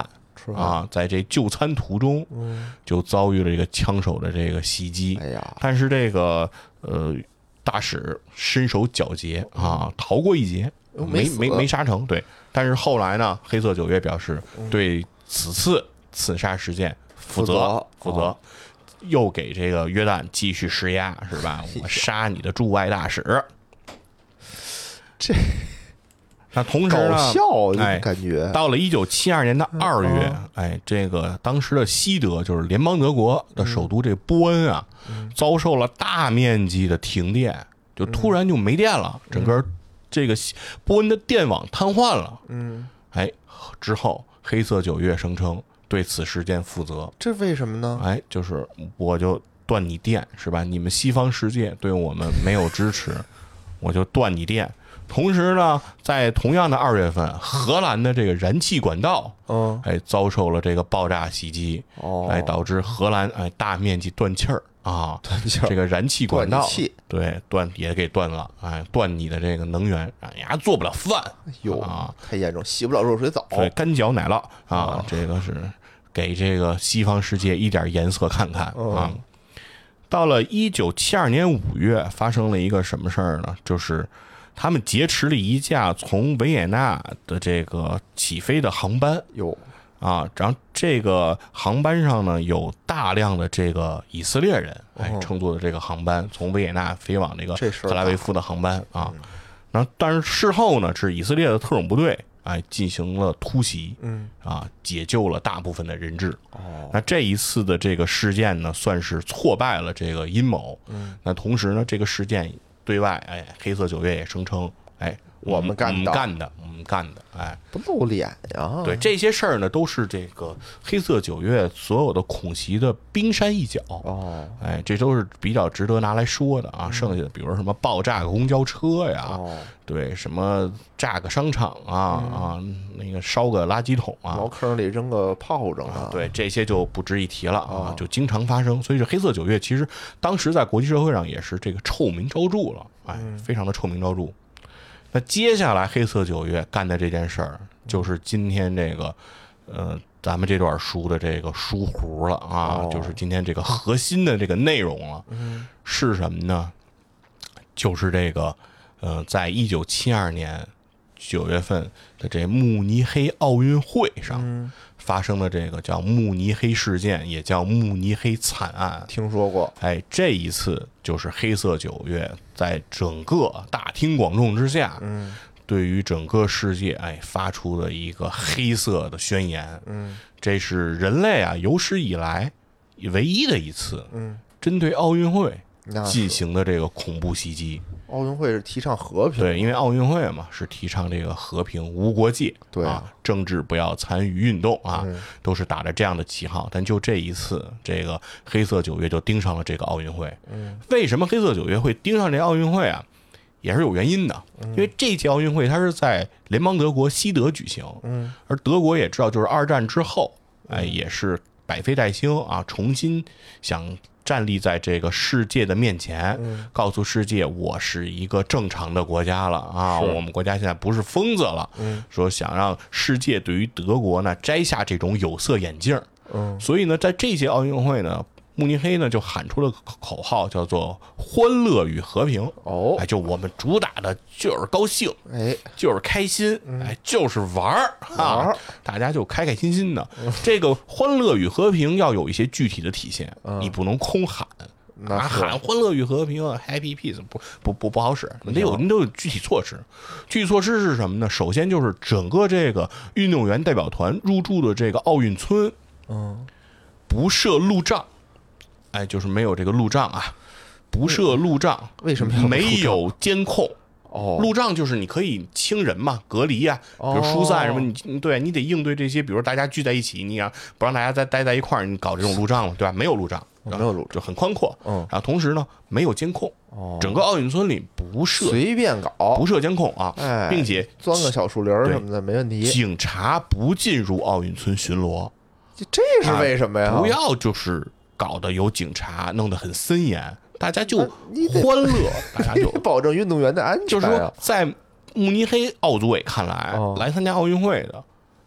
Speaker 1: 是吧？
Speaker 2: 啊，在这就餐途中，
Speaker 1: 嗯，
Speaker 2: 就遭遇了这个枪手的这个袭击。
Speaker 1: 哎呀，
Speaker 2: 但是这个呃大使身手矫捷啊，逃过一劫，没
Speaker 1: 死
Speaker 2: 没没杀成。对，但是后来呢，黑色九月表示对此次刺杀事件负责负责。
Speaker 1: 哦
Speaker 2: 又给这个约旦继续施压，是吧？我杀你的驻外大使，
Speaker 1: 这
Speaker 2: 那同时呢，
Speaker 1: 搞笑
Speaker 2: 哎，
Speaker 1: 感觉
Speaker 2: 到了一九七二年的二月，哎，这个当时的西德就是联邦德国的首都这波恩啊，遭受了大面积的停电，就突然就没电了，整个这个波恩的电网瘫痪了。
Speaker 1: 嗯，
Speaker 2: 哎，之后黑色九月声称对此事件负责，
Speaker 1: 这为什么呢？
Speaker 2: 哎，就是我就断你电，是吧？你们西方世界对我们没有支持，我就断你电。同时呢，在同样的二月份，荷兰的这个燃气管道，
Speaker 1: 嗯，
Speaker 2: 哎，遭受了这个爆炸袭击，
Speaker 1: 哦，
Speaker 2: 哎，导致荷兰哎大面积断气儿啊，
Speaker 1: 断气儿
Speaker 2: 这个燃气管道
Speaker 1: 断气
Speaker 2: 对断也给断了，哎，断你的这个能源，哎呀，做不了饭，
Speaker 1: 哟
Speaker 2: 啊，
Speaker 1: 太严重，洗不了热水澡。
Speaker 2: 对，干嚼奶酪啊，
Speaker 1: 哦
Speaker 2: 这个是给这个西方世界一点颜色看看啊。
Speaker 1: 哦
Speaker 2: 到了一九七二年五月，发生了一个什么事儿呢？就是他们劫持了一架从维也纳的这个起飞的航班
Speaker 1: 哟，
Speaker 2: 啊，然后这个航班上呢有大量的这个以色列人哎
Speaker 1: 哦
Speaker 2: 乘坐的这个航班，从维也纳飞往这个
Speaker 1: 这事儿
Speaker 2: 特拉维夫的航班啊。然后，但是事后呢，是以色列的特种部队哎进行了突袭，
Speaker 1: 嗯
Speaker 2: 啊，解救了大部分的人质。
Speaker 1: 哦，
Speaker 2: 那这一次的这个事件呢，算是挫败了这个阴谋。
Speaker 1: 嗯，
Speaker 2: 那同时呢，这个事件对外，哎，黑色九月也声称，哎，
Speaker 1: 我们干的
Speaker 2: 我们干的，我们干的，哎，
Speaker 1: 不露脸呀。
Speaker 2: 对，这些事儿呢，都是这个黑色九月所有的恐袭的冰山一角。
Speaker 1: 哦
Speaker 2: 哎，这都是比较值得拿来说的啊。剩下的，比如说什么爆炸个公交车呀，
Speaker 1: 哦，
Speaker 2: 对，什么炸个商场啊、啊，那个烧个垃圾桶啊，
Speaker 1: 茅坑里扔个炮仗啊。
Speaker 2: 对，这些就不值一提了啊
Speaker 1: 哦，
Speaker 2: 就经常发生。所以这黑色九月其实当时在国际社会上也是这个臭名昭著了，哎，非常的臭名昭著。那接下来黑色九月干的这件事儿，就是今天这个呃咱们这段书的这个书弧了啊，
Speaker 1: 哦
Speaker 2: 就是今天这个核心的这个内容了，是什么呢？就是这个呃，在一九七二年九月份的这慕尼黑奥运会上发生的这个叫慕尼黑事件，也叫慕尼黑惨案。
Speaker 1: 听说过。
Speaker 2: 哎，这一次就是黑色九月在整个大庭广众之下，
Speaker 1: 嗯
Speaker 2: 对于整个世界哎发出的一个黑色的宣言。
Speaker 1: 嗯
Speaker 2: 这是人类啊有史以来唯一的一次
Speaker 1: 嗯，
Speaker 2: 针对奥运会
Speaker 1: 那是
Speaker 2: 进行的这个恐怖袭击。
Speaker 1: 奥运会是提倡和平。
Speaker 2: 对，因为奥运会嘛是提倡这个和平无国界，
Speaker 1: 对
Speaker 2: 啊，政治不要参与运动啊，
Speaker 1: 嗯
Speaker 2: 都是打着这样的旗号。但就这一次，这个黑色九月就盯上了这个奥运会。
Speaker 1: 嗯，
Speaker 2: 为什么黑色九月会盯上这奥运会啊？也是有原因的，
Speaker 1: 嗯
Speaker 2: 因为这届奥运会它是在联邦德国西德举行，
Speaker 1: 嗯
Speaker 2: 而德国也知道，就是二战之后，哎，也是百废待兴啊，重新想站立在这个世界的面前，
Speaker 1: 嗯
Speaker 2: 告诉世界我是一个正常的国家了啊，
Speaker 1: 是
Speaker 2: 我们国家现在不是疯子了，
Speaker 1: 嗯
Speaker 2: 说想让世界对于德国呢摘下这种有色眼镜，
Speaker 1: 嗯
Speaker 2: 所以呢，在这届奥运会呢，慕尼黑呢就喊出了个口号，叫做“欢乐与和平”。
Speaker 1: 哦
Speaker 2: 哎，就我们主打的就是高兴，
Speaker 1: 哎
Speaker 2: 就是开心，哎，就是玩儿啊
Speaker 1: 玩儿，
Speaker 2: 大家就开开心心的。这个欢乐与和平要有一些具体的体现，你不能空喊。啊，
Speaker 1: 那是
Speaker 2: 喊欢乐与和平 ，Happy Peace，不不不不好使，你得有你得有具体措施。具体措施是什么呢？首先就是整个这个运动员代表团入住的这个奥运村
Speaker 1: 嗯
Speaker 2: 不设路障，哎，就是没有这个路障啊，不设路障。
Speaker 1: 为什么要路障
Speaker 2: 没有监控？
Speaker 1: 哦
Speaker 2: 路障就是你可以清人嘛，隔离呀、比如疏散什么，你对你得应对这些，比如大家聚在一起，你要不让大家再待在一块儿，你搞这种路障了，对吧？没有路障，
Speaker 1: 没有路障
Speaker 2: 就很宽阔。
Speaker 1: 嗯
Speaker 2: 然后同时呢，没有监控，
Speaker 1: 哦
Speaker 2: 整个奥运村里不设
Speaker 1: 随便搞
Speaker 2: 不设监控啊，
Speaker 1: 哎，
Speaker 2: 并且
Speaker 1: 钻个小树林儿什么的没问题。
Speaker 2: 警察不进入奥运村巡逻，
Speaker 1: 这这是为什么呀？
Speaker 2: 不要就是搞得有警察弄得很森严，大家就
Speaker 1: 那你得
Speaker 2: 欢乐，大家就
Speaker 1: 得保证运动员的安全
Speaker 2: 就是
Speaker 1: 啊。
Speaker 2: 说在慕尼黑奥组委看来，
Speaker 1: 哦
Speaker 2: 来参加奥运会的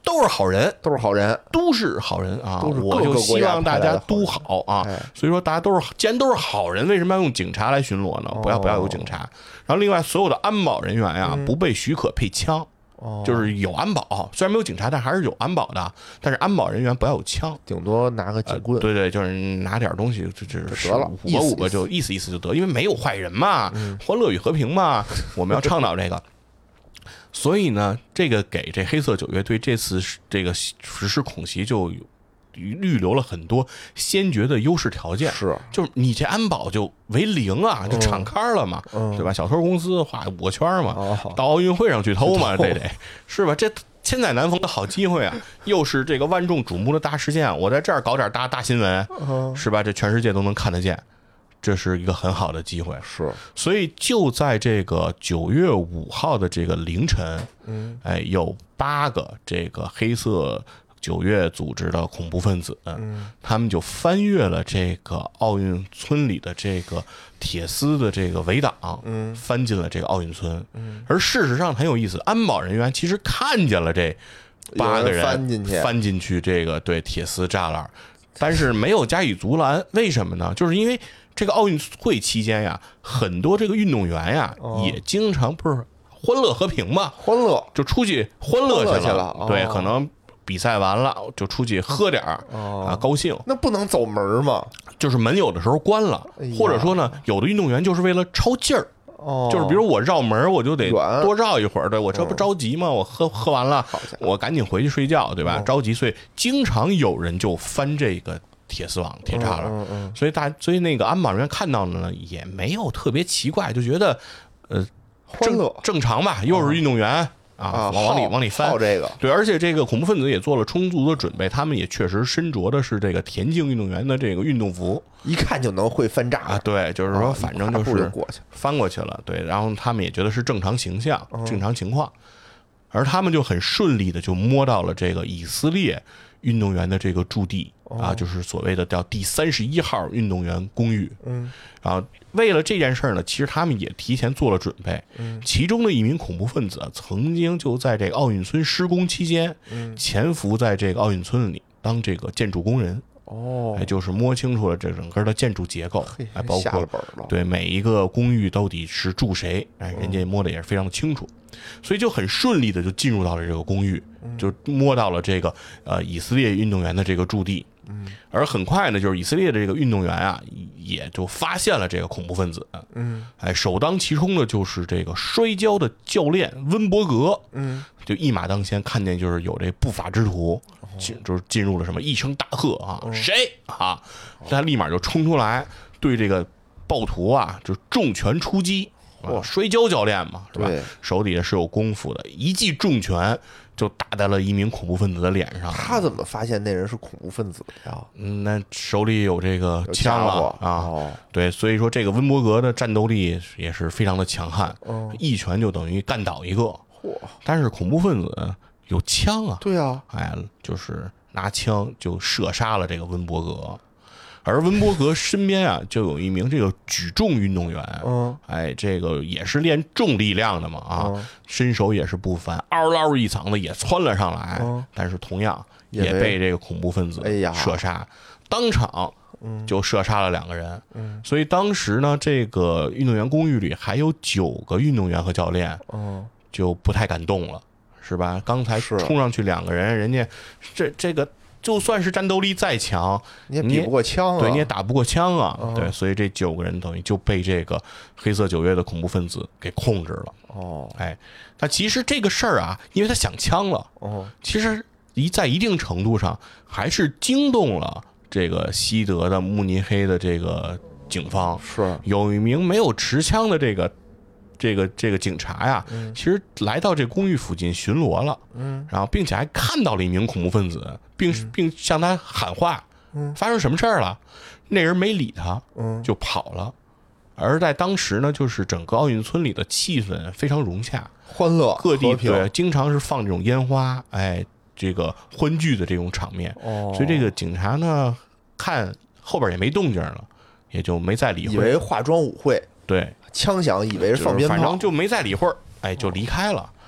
Speaker 2: 都是好人，
Speaker 1: 都是好人，
Speaker 2: 都是好人啊！
Speaker 1: 都是
Speaker 2: 我就希望大家都好啊。
Speaker 1: 哎、
Speaker 2: 所以说，大家都是既然都是好人，为什么要用警察来巡逻呢？不要不要有警察。然后，另外所有的安保人员呀、啊，不被许可配枪。
Speaker 1: 哦，
Speaker 2: 就是有安保，虽然没有警察，但还是有安保的。但是安保人员不要有枪，
Speaker 1: 顶多拿个警棍。
Speaker 2: 呃、对对，就是拿点东西，就就是
Speaker 1: 得了，
Speaker 2: 五个五个就意思意思就得，因为没有坏人嘛，
Speaker 1: 嗯、
Speaker 2: 欢乐与和平嘛，我们要倡导这个。所以呢，这个给这黑色九月对这次这个实施恐袭就预留了很多先决的优势条件，
Speaker 1: 是，
Speaker 2: 就是你这安保就为零啊，就敞开了嘛，
Speaker 1: 嗯、
Speaker 2: 对吧？小偷公司画五个圈嘛，
Speaker 1: 哦、
Speaker 2: 到奥运会上去偷嘛，这得是吧？这千载难逢的好机会啊，又是这个万众瞩目的大事件，我在这儿搞点大大新闻，
Speaker 1: 嗯、
Speaker 2: 是吧？这全世界都能看得见。这是一个很好的机会，
Speaker 1: 是，
Speaker 2: 所以就在这个九月五号的这个凌晨，
Speaker 1: 嗯，
Speaker 2: 哎，有八个这个黑色九月组织的恐怖分子，
Speaker 1: 嗯，
Speaker 2: 他们就翻越了这个奥运村里的这个铁丝的这个围挡，
Speaker 1: 嗯，
Speaker 2: 翻进了这个奥运村，
Speaker 1: 嗯，
Speaker 2: 而事实上很有意思，安保人员其实看见了这八个人
Speaker 1: 翻进去，
Speaker 2: 翻进去这个对铁丝栅栏，但是没有加以阻拦，为什么呢？就是因为这个奥运会期间呀，很多这个运动员呀，
Speaker 1: 哦、
Speaker 2: 也经常不是欢乐和平嘛，
Speaker 1: 欢乐
Speaker 2: 就出去欢乐去了，
Speaker 1: 去了哦、
Speaker 2: 对，可能比赛完了就出去喝点儿、
Speaker 1: 哦、
Speaker 2: 啊，高兴。
Speaker 1: 那不能走门吗？
Speaker 2: 就是门有的时候关了，
Speaker 1: 哎、
Speaker 2: 或者说呢，有的运动员就是为了超劲儿。
Speaker 1: 哦，
Speaker 2: 就是比如我绕门，我就得多绕一会儿，对我这不着急吗？我喝喝完了，我赶紧回去睡觉，对吧？
Speaker 1: 嗯、
Speaker 2: 着急，所以经常有人就翻这个铁丝网、铁栅栏，
Speaker 1: 嗯嗯、
Speaker 2: 所以大所以那个安保人员看到了呢，也没有特别奇怪，就觉得呃
Speaker 1: 欢乐
Speaker 2: 正常吧，又是运动员。啊，往往里往里翻，
Speaker 1: 这个
Speaker 2: 对，而且这个恐怖分子也做了充足的准备，他们也确实身着的是这个田径运动员的这个运动服，
Speaker 1: 一看就能会翻栅
Speaker 2: 啊。对，就是说，反正就是翻过去了，对，然后他们也觉得是正常形象、
Speaker 1: 嗯、
Speaker 2: 正常情况，而他们就很顺利的就摸到了这个以色列运动员的这个驻地、
Speaker 1: 哦、
Speaker 2: 啊，就是所谓的叫第三十一号运动员公寓，
Speaker 1: 嗯，
Speaker 2: 啊。为了这件事呢，其实他们也提前做了准备。
Speaker 1: 嗯，
Speaker 2: 其中的一名恐怖分子曾经就在这个奥运村施工期间，
Speaker 1: 嗯，
Speaker 2: 潜伏在这个奥运村里当这个建筑工人。
Speaker 1: 哦，
Speaker 2: 哎，就是摸清楚了这整个的建筑结构，哎，包括对每一个公寓到底是住谁，哎，人家摸的也是非常的清楚，所以就很顺利的就进入到了这个公寓，就摸到了这个呃以色列运动员的这个驻地。
Speaker 1: 嗯，
Speaker 2: 而很快呢，就是以色列的这个运动员啊，也就发现了这个恐怖分子。
Speaker 1: 嗯，
Speaker 2: 哎，首当其冲的就是这个摔跤的教练温伯格。
Speaker 1: 嗯，
Speaker 2: 就一马当先，看见就是有这不法之徒，进、哦、就是进入了什么一声大喝啊，
Speaker 1: 哦、
Speaker 2: 谁啊？他立马就冲出来，对这个暴徒啊就重拳出击。哦，摔跤教练嘛，是吧？手底下是有功夫的，一记重拳就打在了一名恐怖分子的脸上。
Speaker 1: 他怎么发现那人是恐怖分子呀？
Speaker 2: 嗯，那手里有这个枪了啊、
Speaker 1: 哦！
Speaker 2: 对，所以说这个温伯格的战斗力也是非常的强悍，
Speaker 1: 哦、
Speaker 2: 一拳就等于干倒一个。
Speaker 1: 嚯！
Speaker 2: 但是恐怖分子有枪啊，
Speaker 1: 对啊，
Speaker 2: 哎，就是拿枪就射杀了这个温伯格。而温伯格身边啊，就有一名这个举重运动员，
Speaker 1: 嗯，
Speaker 2: 哎，这个也是练重力量的嘛，啊，
Speaker 1: 嗯、
Speaker 2: 身手也是不凡，嗷嗷一嗓子也窜了上来，
Speaker 1: 嗯、
Speaker 2: 但是同样也被这个恐怖分子射杀，
Speaker 1: 哎、
Speaker 2: 当场就射杀了两个人。
Speaker 1: 嗯，
Speaker 2: 所以当时呢，这个运动员公寓里还有九个运动员和教练，
Speaker 1: 嗯，
Speaker 2: 就不太敢动了，是吧？刚才冲上去两个人，人家这这个。就算是战斗力再强，
Speaker 1: 你也比不过枪啊，
Speaker 2: 对，你也打不过枪啊，
Speaker 1: 哦、
Speaker 2: 对，所以这九个人等于就被这个黑色九月的恐怖分子给控制了。
Speaker 1: 哦，
Speaker 2: 哎，那其实这个事儿啊，因为他想枪了，
Speaker 1: 哦，
Speaker 2: 其实一在一定程度上还是惊动了这个西德的慕尼黑的这个警方，
Speaker 1: 是
Speaker 2: 有一名没有持枪的这个。这个这个警察呀，
Speaker 1: 嗯、
Speaker 2: 其实来到这公寓附近巡逻了，
Speaker 1: 嗯，
Speaker 2: 然后并且还看到了一名恐怖分子，并、嗯、并向他喊话，
Speaker 1: 嗯，
Speaker 2: 发生什么事儿了？那人没理他，
Speaker 1: 嗯，
Speaker 2: 就跑了。而在当时呢，就是整个奥运村里的气氛非常融洽，
Speaker 1: 欢乐，
Speaker 2: 各地对经常是放这种烟花，哎，这个欢聚的这种场面。
Speaker 1: 哦，
Speaker 2: 所以这个警察呢，看后边也没动静了，也就没再理会，
Speaker 1: 以为化妆舞会。
Speaker 2: 对，
Speaker 1: 枪响，以为是放鞭炮，
Speaker 2: 反正就没再理会儿，哎，就离开了。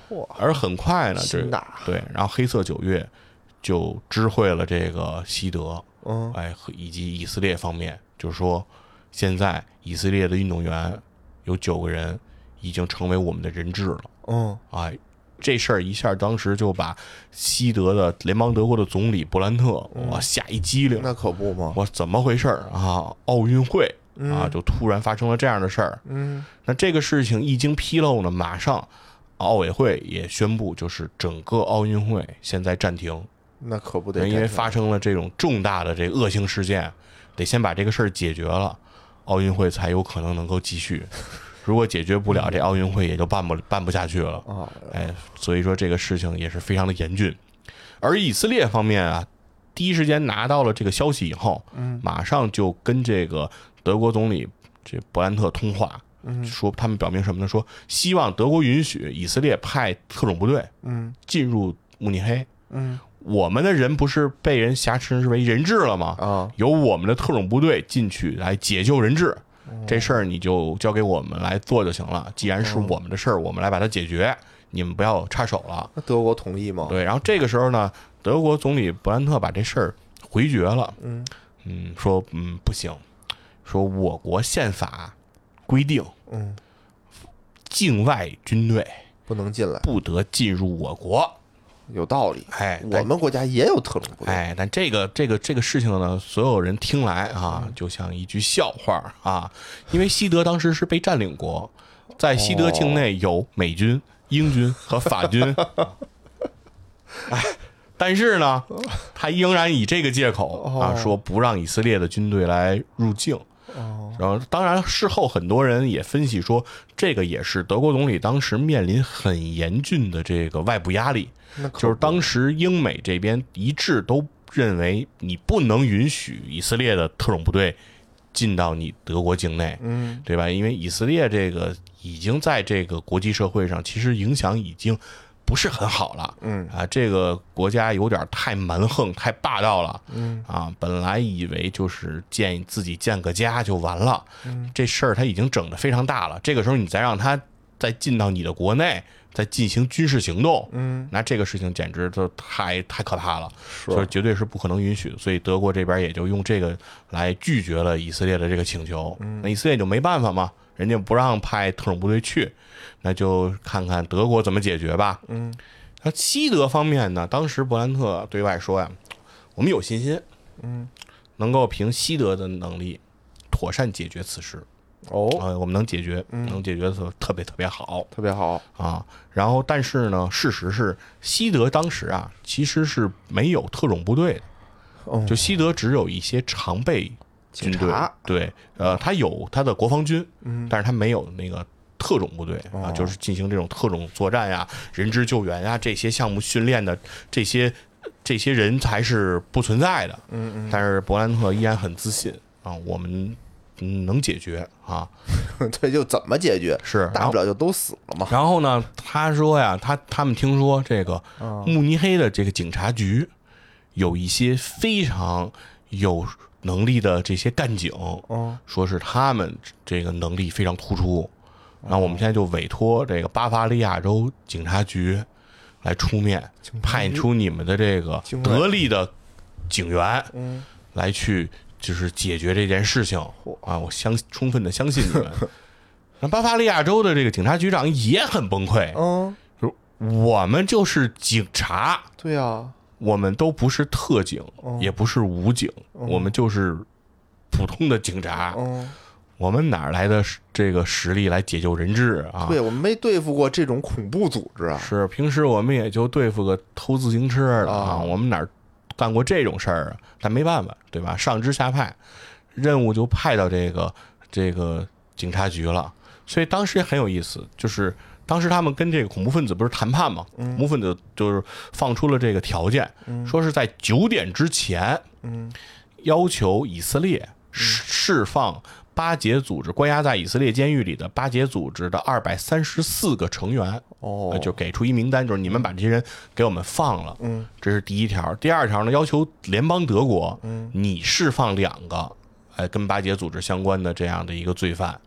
Speaker 2: 而很快呢，这
Speaker 1: 心大
Speaker 2: 对，然后黑色九月就知会了这个西德，
Speaker 1: 嗯，
Speaker 2: 哎，和以及以色列方面，就是说，现在以色列的运动员有九个人已经成为我们的人质了，
Speaker 1: 嗯，
Speaker 2: 哎，这事儿一下当时就把西德的联邦德国的总理勃兰特哇吓一激灵，
Speaker 1: 那可不嘛，
Speaker 2: 我怎么回事啊？奥运会啊，就突然发生了这样的事儿。
Speaker 1: 嗯，
Speaker 2: 那这个事情一经披露呢，马上奥委会也宣布，就是整个奥运会现在暂停。
Speaker 1: 那可不得，
Speaker 2: 因为发生了这种重大的这个恶性事件，得先把这个事儿解决了，奥运会才有可能能够继续。如果解决不了，这奥运会也就办不办不下去了。
Speaker 1: 啊，
Speaker 2: 哎，所以说这个事情也是非常的严峻。而以色列方面啊，第一时间拿到了这个消息以后，嗯，马上就跟这个德国总理这勃兰特通话，嗯，说他们表明什么呢？说希望德国允许以色列派特种部队，嗯，进入慕尼黑，嗯。我们的人不是被人挟持为人质了吗？啊，由我们的特种部队进去来解救人质，哦、这事儿你就交给我们来做就行了。既然是我们的事儿，我们来把它解决，你们不要插手了。
Speaker 1: 那德国同意吗？
Speaker 2: 对，然后这个时候呢，德国总理勃兰特把这事儿回绝了。嗯嗯，说嗯不行，说我国宪法规定，嗯，境外军队
Speaker 1: 不能进来，
Speaker 2: 不得进入我国。
Speaker 1: 有道理，
Speaker 2: 哎，
Speaker 1: 我们国家也有特种部队，
Speaker 2: 哎，但这个这个这个事情呢，所有人听来啊，就像一句笑话啊，因为西德当时是被占领国，在西德境内有美军、英军和法军，哎，但是呢，他仍然以这个借口啊，说不让以色列的军队来入境。然后，当然，事后很多人也分析说，这个也是德国总理当时面临很严峻的这个外部压力，就是当时英美这边一致都认为你不能允许以色列的特种部队进到你德国境内，嗯，对吧？因为以色列这个已经在这个国际社会上其实影响已经不是很好了，嗯啊，这个国家有点太蛮横、太霸道了，嗯啊，本来以为就是建自己建个家就完了，嗯，这事儿他已经整得非常大了。这个时候你再让他再进到你的国内，再进行军事行动，嗯，那这个事情简直都太太可怕了，所以绝对是不可能允许的。所以德国这边也就用这个来拒绝了以色列的这个请求，嗯，那以色列就没办法嘛，人家不让派特种部队去。那就看看德国怎么解决吧。嗯，那西德方面呢？当时勃兰特对外说呀，我们有信心，嗯，能够凭西德的能力妥善解决此事。哦，呃，我们能解决，嗯、能解决的特别特别好，
Speaker 1: 特别好
Speaker 2: 啊。然后，但是呢，事实是西德当时啊，其实是没有特种部队的，哦、就西德只有一些常备军队，对，呃，他有他的国防军，嗯，但是他没有那个。特种部队啊，就是进行这种特种作战呀、人质救援呀这些项目训练的这些这些人才是不存在的。嗯嗯。但是勃兰特依然很自信啊，我们能解决啊。
Speaker 1: 对，就怎么解决？
Speaker 2: 是
Speaker 1: 大不了就都死了嘛。
Speaker 2: 然后呢，他说呀，他他们听说这个慕尼黑的这个警察局有一些非常有能力的这些干警，哦，说是他们这个能力非常突出。然后我们现在就委托这个巴伐利亚州警察局来出面，派出你们的这个得力的警员，嗯，来去就是解决这件事情啊！我相充分的相信你们。那巴伐利亚州的这个警察局长也很崩溃，嗯，说我们就是警察，
Speaker 1: 对啊，
Speaker 2: 我们都不是特警，也不是武警，我们就是普通的警察，嗯。我们哪来的这个实力来解救人质啊？
Speaker 1: 对，我们没对付过这种恐怖组织啊。
Speaker 2: 是，平时我们也就对付个偷自行车的啊，我们哪干过这种事儿啊？但没办法，对吧？上知下派，任务就派到这个这个警察局了。所以当时也很有意思，就是当时他们跟这个恐怖分子不是谈判嘛，嗯、恐怖分子就是放出了这个条件，嗯、说是在九点之前，嗯，要求以色列释放。巴解组织关押在以色列监狱里的巴解组织的二百三十四个成员，哦，就给出一名单，就是你们把这些人给我们放了，嗯，这是第一条。第二条呢，要求联邦德国，嗯，你释放两个，哎，跟巴解组织相关的这样的一个罪犯，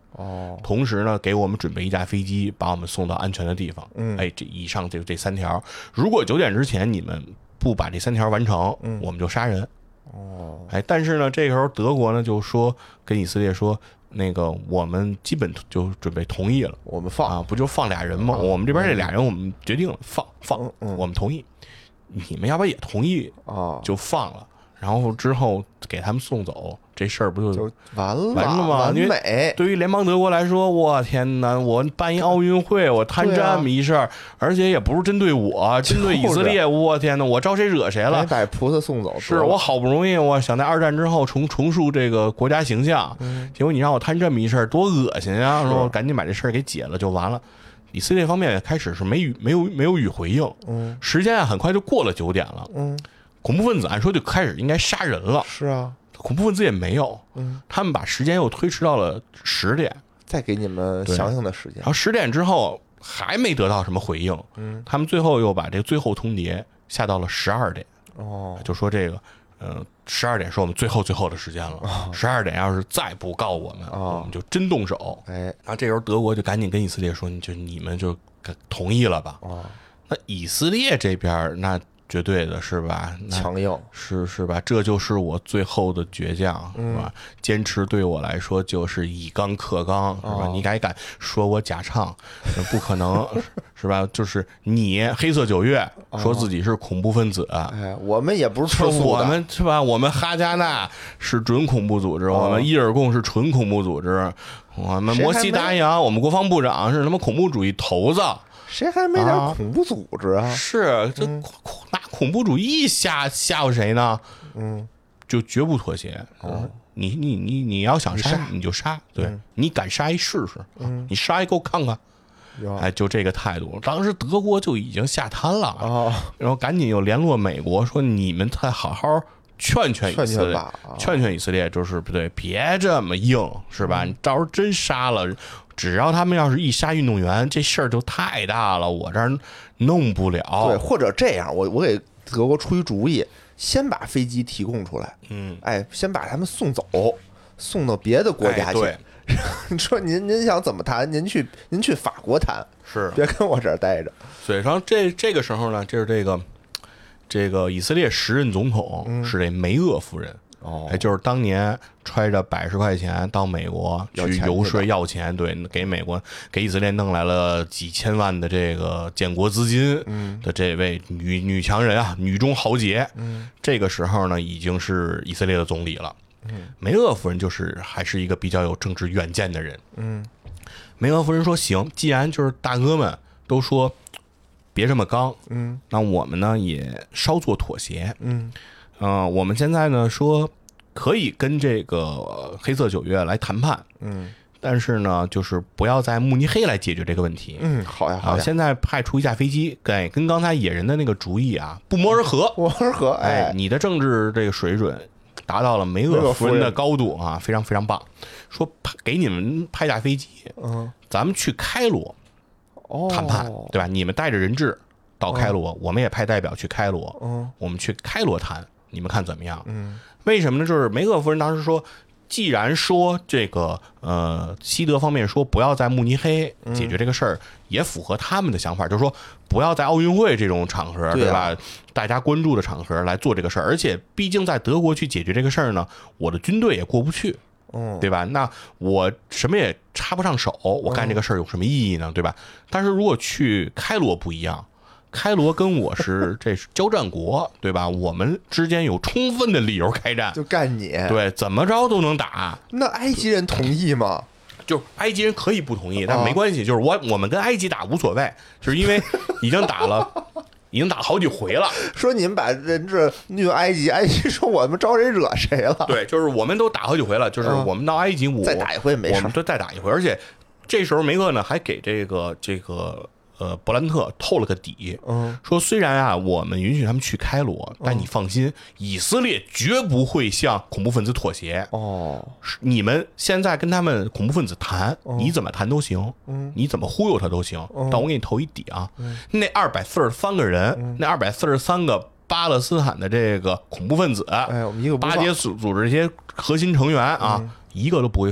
Speaker 1: 哦，
Speaker 2: 同时呢，给我们准备一架飞机，把我们送到安全的地方。
Speaker 1: 嗯，
Speaker 2: 哎，这以上这这三条，如果九点之前你们不把这三条完成，
Speaker 1: 嗯，
Speaker 2: 我们就杀人。
Speaker 1: 哦，
Speaker 2: 哎，但是呢，这个时候德国呢就说跟以色列说，那个我们基本就准备同意了，
Speaker 1: 我们放
Speaker 2: 啊，不就放俩人吗？
Speaker 1: 嗯、
Speaker 2: 我们这边这俩人我们决定了放放、
Speaker 1: 嗯嗯，
Speaker 2: 我们同意，你们要不然也同意
Speaker 1: 啊，
Speaker 2: 就放了。然后之后给他们送走，这事儿不就
Speaker 1: 就完了
Speaker 2: 完了吗？
Speaker 1: 完美。
Speaker 2: 对于联邦德国来说，我天哪！我办一奥运会，我摊这么一事儿，啊、而且也不是针对我，针对以色列。我天哪！我招谁惹谁了？
Speaker 1: 把菩萨送走，
Speaker 2: 是我好不容易，我想在二战之后重重塑这个国家形象，
Speaker 1: 嗯、
Speaker 2: 结果你让我摊这么一事儿，多恶心啊！说我赶紧把这事儿给解了就完了。以色列方面开始是没予没有没有予回应，
Speaker 1: 嗯，
Speaker 2: 时间啊很快就过了九点了，
Speaker 1: 嗯。
Speaker 2: 恐怖分子按说就开始应该杀人了，
Speaker 1: 是啊，
Speaker 2: 恐怖分子也没有，
Speaker 1: 嗯，
Speaker 2: 他们把时间又推迟到了十点，
Speaker 1: 再给你们详细的时间。
Speaker 2: 然后十点之后还没得到什么回应，
Speaker 1: 嗯，
Speaker 2: 他们最后又把这个最后通牒下到了十二点，
Speaker 1: 哦，
Speaker 2: 就说这个，呃，十二点是我们最后最后的时间了，十二、哦、点要是再不告我们，
Speaker 1: 哦、
Speaker 2: 我们就真动手。
Speaker 1: 哎，
Speaker 2: 然后这时候德国就赶紧跟以色列说，你就你们就同意了吧？
Speaker 1: 哦，
Speaker 2: 那以色列这边那。绝对的是吧？
Speaker 1: 强硬
Speaker 2: 是是吧？这就是我最后的倔强，
Speaker 1: 嗯、
Speaker 2: 是吧？坚持对我来说就是以刚克刚，是吧？
Speaker 1: 哦、
Speaker 2: 你敢敢说我假唱，不可能，是吧？就是你黑色九月说自己是恐怖分子，
Speaker 1: 哦、哎，我们也不是吃素的，
Speaker 2: 我们是吧？我们哈加纳是准恐怖组织，
Speaker 1: 哦、
Speaker 2: 我们伊尔共是纯恐怖组织，我们摩西达扬，我们国防部长是什么恐怖主义头子。
Speaker 1: 谁还没点恐怖组织啊？
Speaker 2: 啊是这拿恐怖主义吓吓唬谁呢？
Speaker 1: 嗯，
Speaker 2: 就绝不妥协。
Speaker 1: 嗯，
Speaker 2: 你你你你要想杀你就杀，对、
Speaker 1: 嗯、
Speaker 2: 你敢杀一试试，
Speaker 1: 嗯，
Speaker 2: 你杀一给我看看。哎，就这个态度，当时德国就已经吓瘫了，
Speaker 1: 哦，
Speaker 2: 然后赶紧又联络美国说，你们再好好劝劝以色列，
Speaker 1: 劝
Speaker 2: 劝劝以色列，就是不对，别这么硬，是吧？
Speaker 1: 嗯、
Speaker 2: 你到时候真杀了。只要他们要是一杀运动员，这事儿就太大了，我这儿弄不了。
Speaker 1: 对，或者这样，我我给德国出一主意，先把飞机提供出来，
Speaker 2: 嗯，
Speaker 1: 哎，先把他们送走，送到别的国家去。
Speaker 2: 哎、
Speaker 1: 你说您您想怎么谈？您去您去法国谈，
Speaker 2: 是
Speaker 1: 别跟我这儿待着。
Speaker 2: 所以说这这个时候呢，就是这个这个以色列时任总统是这梅厄夫人。
Speaker 1: 哦，
Speaker 2: 哎，就是当年揣着百十块钱到美国去游说要钱，对，给美国给以色列弄来了几千万的这个建国资金的这位女女强人啊，女中豪杰。
Speaker 1: 嗯，
Speaker 2: 这个时候呢，已经是以色列的总理了。
Speaker 1: 嗯，
Speaker 2: 梅厄夫人就是还是一个比较有政治远见的人。
Speaker 1: 嗯，
Speaker 2: 梅厄夫人说：“行，既然就是大哥们都说别这么刚，
Speaker 1: 嗯，
Speaker 2: 那我们呢也稍作妥协。
Speaker 1: 嗯。”
Speaker 2: 嗯、呃，我们现在呢说可以跟这个黑色九月来谈判，
Speaker 1: 嗯，
Speaker 2: 但是呢，就是不要在慕尼黑来解决这个问题。
Speaker 1: 嗯，好呀，好呀。
Speaker 2: 啊、现在派出一架飞机，跟跟刚才野人的那个主意啊不谋而合。
Speaker 1: 不谋而合，哎，
Speaker 2: 哎，你的政治这个水准达到了梅厄夫人的高度啊，非常非常棒。说给你们派架飞机，
Speaker 1: 嗯，
Speaker 2: 咱们去开罗
Speaker 1: 哦
Speaker 2: 谈判，对吧？你们带着人质到开罗，哦、我们也派代表去开罗，
Speaker 1: 嗯，
Speaker 2: 我们去开罗谈。你们看怎么样？
Speaker 1: 嗯，
Speaker 2: 为什么呢？就是梅厄夫人当时说，既然说这个呃西德方面说不要在慕尼黑解决这个事儿，嗯、也符合他们的想法，就是说不要在奥运会这种场合，对吧？对啊、大家关注的场合来做这个事儿，而且毕竟在德国去解决这个事儿呢，我的军队也过不去。
Speaker 1: 嗯，
Speaker 2: 对吧？那我什么也插不上手，我干这个事儿有什么意义呢？对吧？但是如果去开罗不一样。开罗跟我是这是交战国，对吧？我们之间有充分的理由开战，
Speaker 1: 就干你，
Speaker 2: 对，怎么着都能打。
Speaker 1: 那埃及人同意吗？
Speaker 2: 就埃及人可以不同意，但没关系，就是我我们跟埃及打无所谓，就是因为已经打了，已经打好几回了。
Speaker 1: 说你们把人质运埃及，埃及说我们招谁惹谁了？
Speaker 2: 对，就是我们都打好几回了，就是我们到埃及，我
Speaker 1: 再打一回没事，
Speaker 2: 我们就再打一回，而且这时候梅厄呢还给这个这个。呃，伯兰特透了个底，
Speaker 1: 嗯，
Speaker 2: 说虽然啊，我们允许他们去开罗，但你放心，嗯、以色列绝不会向恐怖分子妥协。
Speaker 1: 哦，
Speaker 2: 你们现在跟他们恐怖分子谈，
Speaker 1: 嗯、
Speaker 2: 你怎么谈都行，
Speaker 1: 嗯，
Speaker 2: 你怎么忽悠他都行。
Speaker 1: 嗯、
Speaker 2: 但我给你投一底啊，
Speaker 1: 嗯、
Speaker 2: 那二百四十三个人，
Speaker 1: 嗯、
Speaker 2: 那二百四十三个巴勒斯坦的这个恐怖分子，
Speaker 1: 哎，我们一个
Speaker 2: 巴结组组织这些核心成员啊，
Speaker 1: 嗯、
Speaker 2: 一个都不会放的。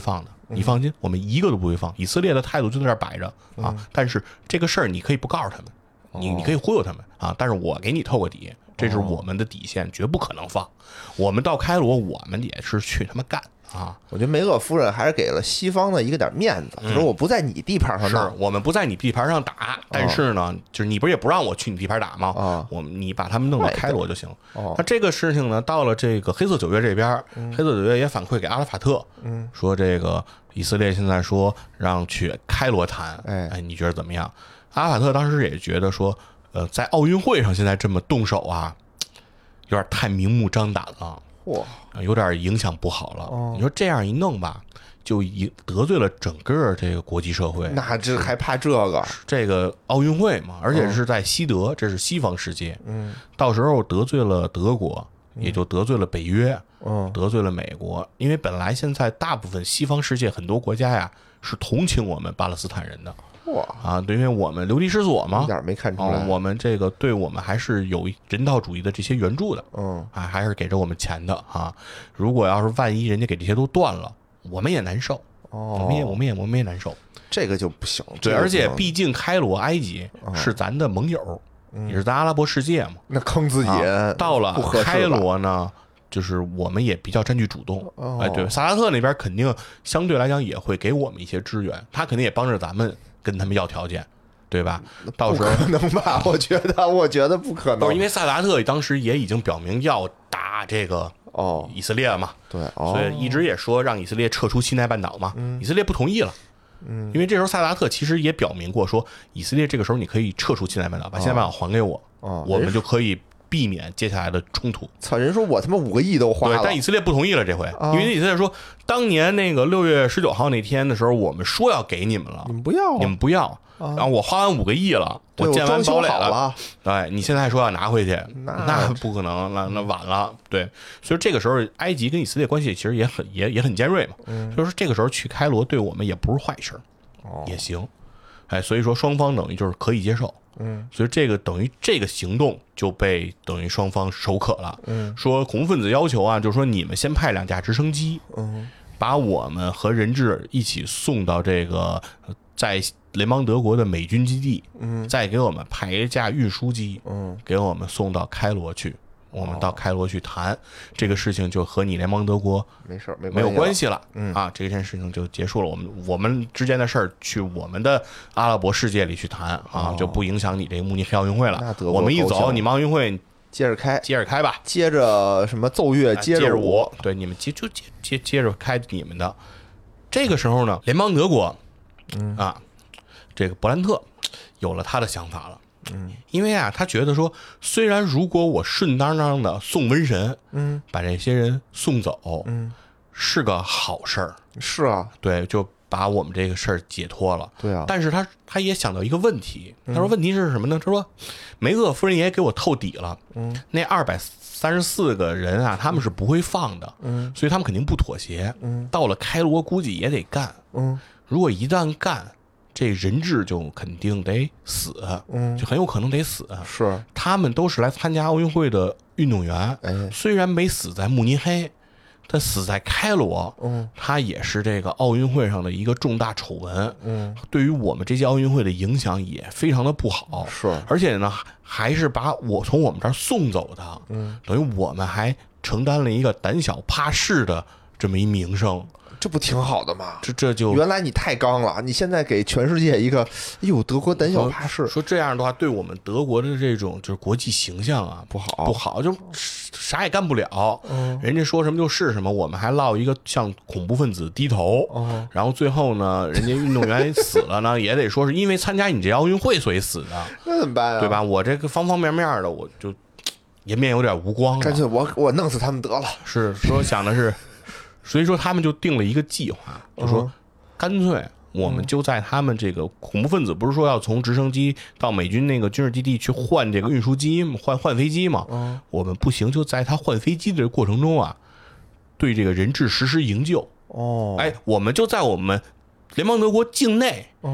Speaker 2: 你放心，我们一个都不会放。以色列的态度就在这儿摆着啊，但是这个事儿你可以不告诉他们，你你可以忽悠他们啊，但是我给你透个底，这是我们的底线，绝不可能放。我们到开罗，我们也是去他妈干。啊，
Speaker 1: 我觉得梅厄夫人还是给了西方的一个点面子，就说我不在你地盘上
Speaker 2: 闹，是我们不在你地盘上打，但是呢，就是你不是也不让我去你地盘打吗？啊，我们你把他们弄到开罗就行。那这个事情呢，到了这个黑色九月这边，黑色九月也反馈给阿拉法特，嗯，说这个以色列现在说让去开罗谈，哎，你觉得怎么样？阿拉法特当时也觉得说，呃，在奥运会上现在这么动手啊，有点太明目张胆了。
Speaker 1: 哇，
Speaker 2: 有点影响不好了。哦、你说这样一弄吧，就一得罪了整个这个国际社会。
Speaker 1: 那这还怕这个？
Speaker 2: 这个奥运会嘛，而且是在西德，嗯、这是西方世界。嗯，到时候得罪了德国，也就得罪了北约，嗯，得罪了美国。因为本来现在大部分西方世界很多国家呀是同情我们巴勒斯坦人的。
Speaker 1: 哇
Speaker 2: 啊，对，因为我们流离失所嘛，
Speaker 1: 一点没看出来。
Speaker 2: 啊、我们这个对我们还是有人道主义的这些援助的，嗯，啊，还是给着我们钱的啊。如果要是万一人家给这些都断了，我们也难受，哦，我们也我们也我们也难受，
Speaker 1: 这个就不行。
Speaker 2: 对，而且毕竟开罗、埃及是咱的盟友，嗯、也是咱阿拉伯世界嘛。
Speaker 1: 那坑自己人，
Speaker 2: 啊、到了开罗呢？就是我们也比较占据主动，哦、哎，对，萨拉特那边肯定相对来讲也会给我们一些支援，他肯定也帮着咱们跟他们要条件，对吧？到时候
Speaker 1: 不可能吧？我觉得，我觉得不可能，
Speaker 2: 因为萨达特当时也已经表明要打这个哦以色列嘛，
Speaker 1: 对，哦、
Speaker 2: 所以一直也说让以色列撤出西奈半岛嘛，嗯、以色列不同意了。嗯，因为这时候萨达特其实也表明过说，以色列这个时候你可以撤出西奈半岛，把西奈半岛还给我，哦、我们就可以避免接下来的冲突。
Speaker 1: 操，人说我他妈五个亿都花了，
Speaker 2: 对，但以色列不同意了这回，啊、因为以色列说，当年那个六月十九号那天的时候，我们说要给你们了，
Speaker 1: 你们不要，
Speaker 2: 你们不要，啊、然后我花完五个亿了，我建完堡垒了，对，你现在说要拿回去，那, 那不可能，那那晚了，对，所以这个时候埃及跟以色列关系其实也很也也很尖锐嘛，嗯、所以说这个时候去开罗对我们也不是坏事，哦、也行，哎，所以说双方等于就是可以接受。嗯，所以这个等于这个行动就被等于双方首可了。嗯，说恐怖分子要求啊，就是说你们先派两架直升机，嗯，把我们和人质一起送到这个在联邦德国的美军基地，嗯，再给我们派一架运输机，嗯，给我们送到开罗去。我们到开罗去谈、哦、这个事情，就和你联邦德国
Speaker 1: 没事没
Speaker 2: 没有关系了，嗯啊，这件事情就结束了。我们我们之间的事儿，去我们的阿拉伯世界里去谈啊，哦、就不影响你这个慕尼黑奥运会了。
Speaker 1: 那德国
Speaker 2: 我们一走，你们奥运会
Speaker 1: 接着开，
Speaker 2: 接着开吧，
Speaker 1: 接着什么奏乐，接着
Speaker 2: 舞，对，你们接就接接接着开你们的。这个时候呢，联邦德国，嗯啊，这个勃兰特有了他的想法了。嗯，因为啊，他觉得说，虽然如果我顺当当的送瘟神，嗯，把这些人送走，嗯，是个好事儿，
Speaker 1: 是啊，
Speaker 2: 对，就把我们这个事儿解脱了，
Speaker 1: 对啊。
Speaker 2: 但是他他也想到一个问题，他说问题是什么呢？他说梅厄夫人也给我透底了，嗯，那二百三十四个人啊，他们是不会放的，嗯，所以他们肯定不妥协，嗯，到了开罗估计也得干，嗯，如果一旦干。这人质就肯定得死，嗯，就很有可能得死。
Speaker 1: 是，
Speaker 2: 他们都是来参加奥运会的运动员，哎，虽然没死在慕尼黑，他死在开罗，嗯，他也是这个奥运会上的一个重大丑闻，嗯，对于我们这届奥运会的影响也非常的不好。
Speaker 1: 是，
Speaker 2: 而且呢，还是把我从我们这儿送走的，嗯，等于我们还承担了一个胆小怕事的这么一名声。
Speaker 1: 这不挺好的吗？
Speaker 2: 这这就
Speaker 1: 原来你太刚了，你现在给全世界一个，哎呦，德国胆小怕事。
Speaker 2: 说这样的话，对我们德国的这种就是国际形象啊
Speaker 1: 不好，
Speaker 2: 不好，就啥也干不了。嗯，人家说什么就是什么，我们还落一个向恐怖分子低头。嗯，然后最后呢，人家运动员死了呢，也得说是因为参加你这奥运会所以死的。
Speaker 1: 那怎么办啊？
Speaker 2: 对吧？我这个方方面面的，我就颜面有点无光了。
Speaker 1: 干脆我我弄死他们得了。
Speaker 2: 是说想的是。所以说他们就定了一个计划，就说干脆我们就在他们这个恐怖分子不是说要从直升机到美军那个军事基地去换这个运输机换换飞机嘛，我们不行就在他换飞机的过程中啊，对这个人质实施营救。哦，哎，我们就在我们联邦德国境内，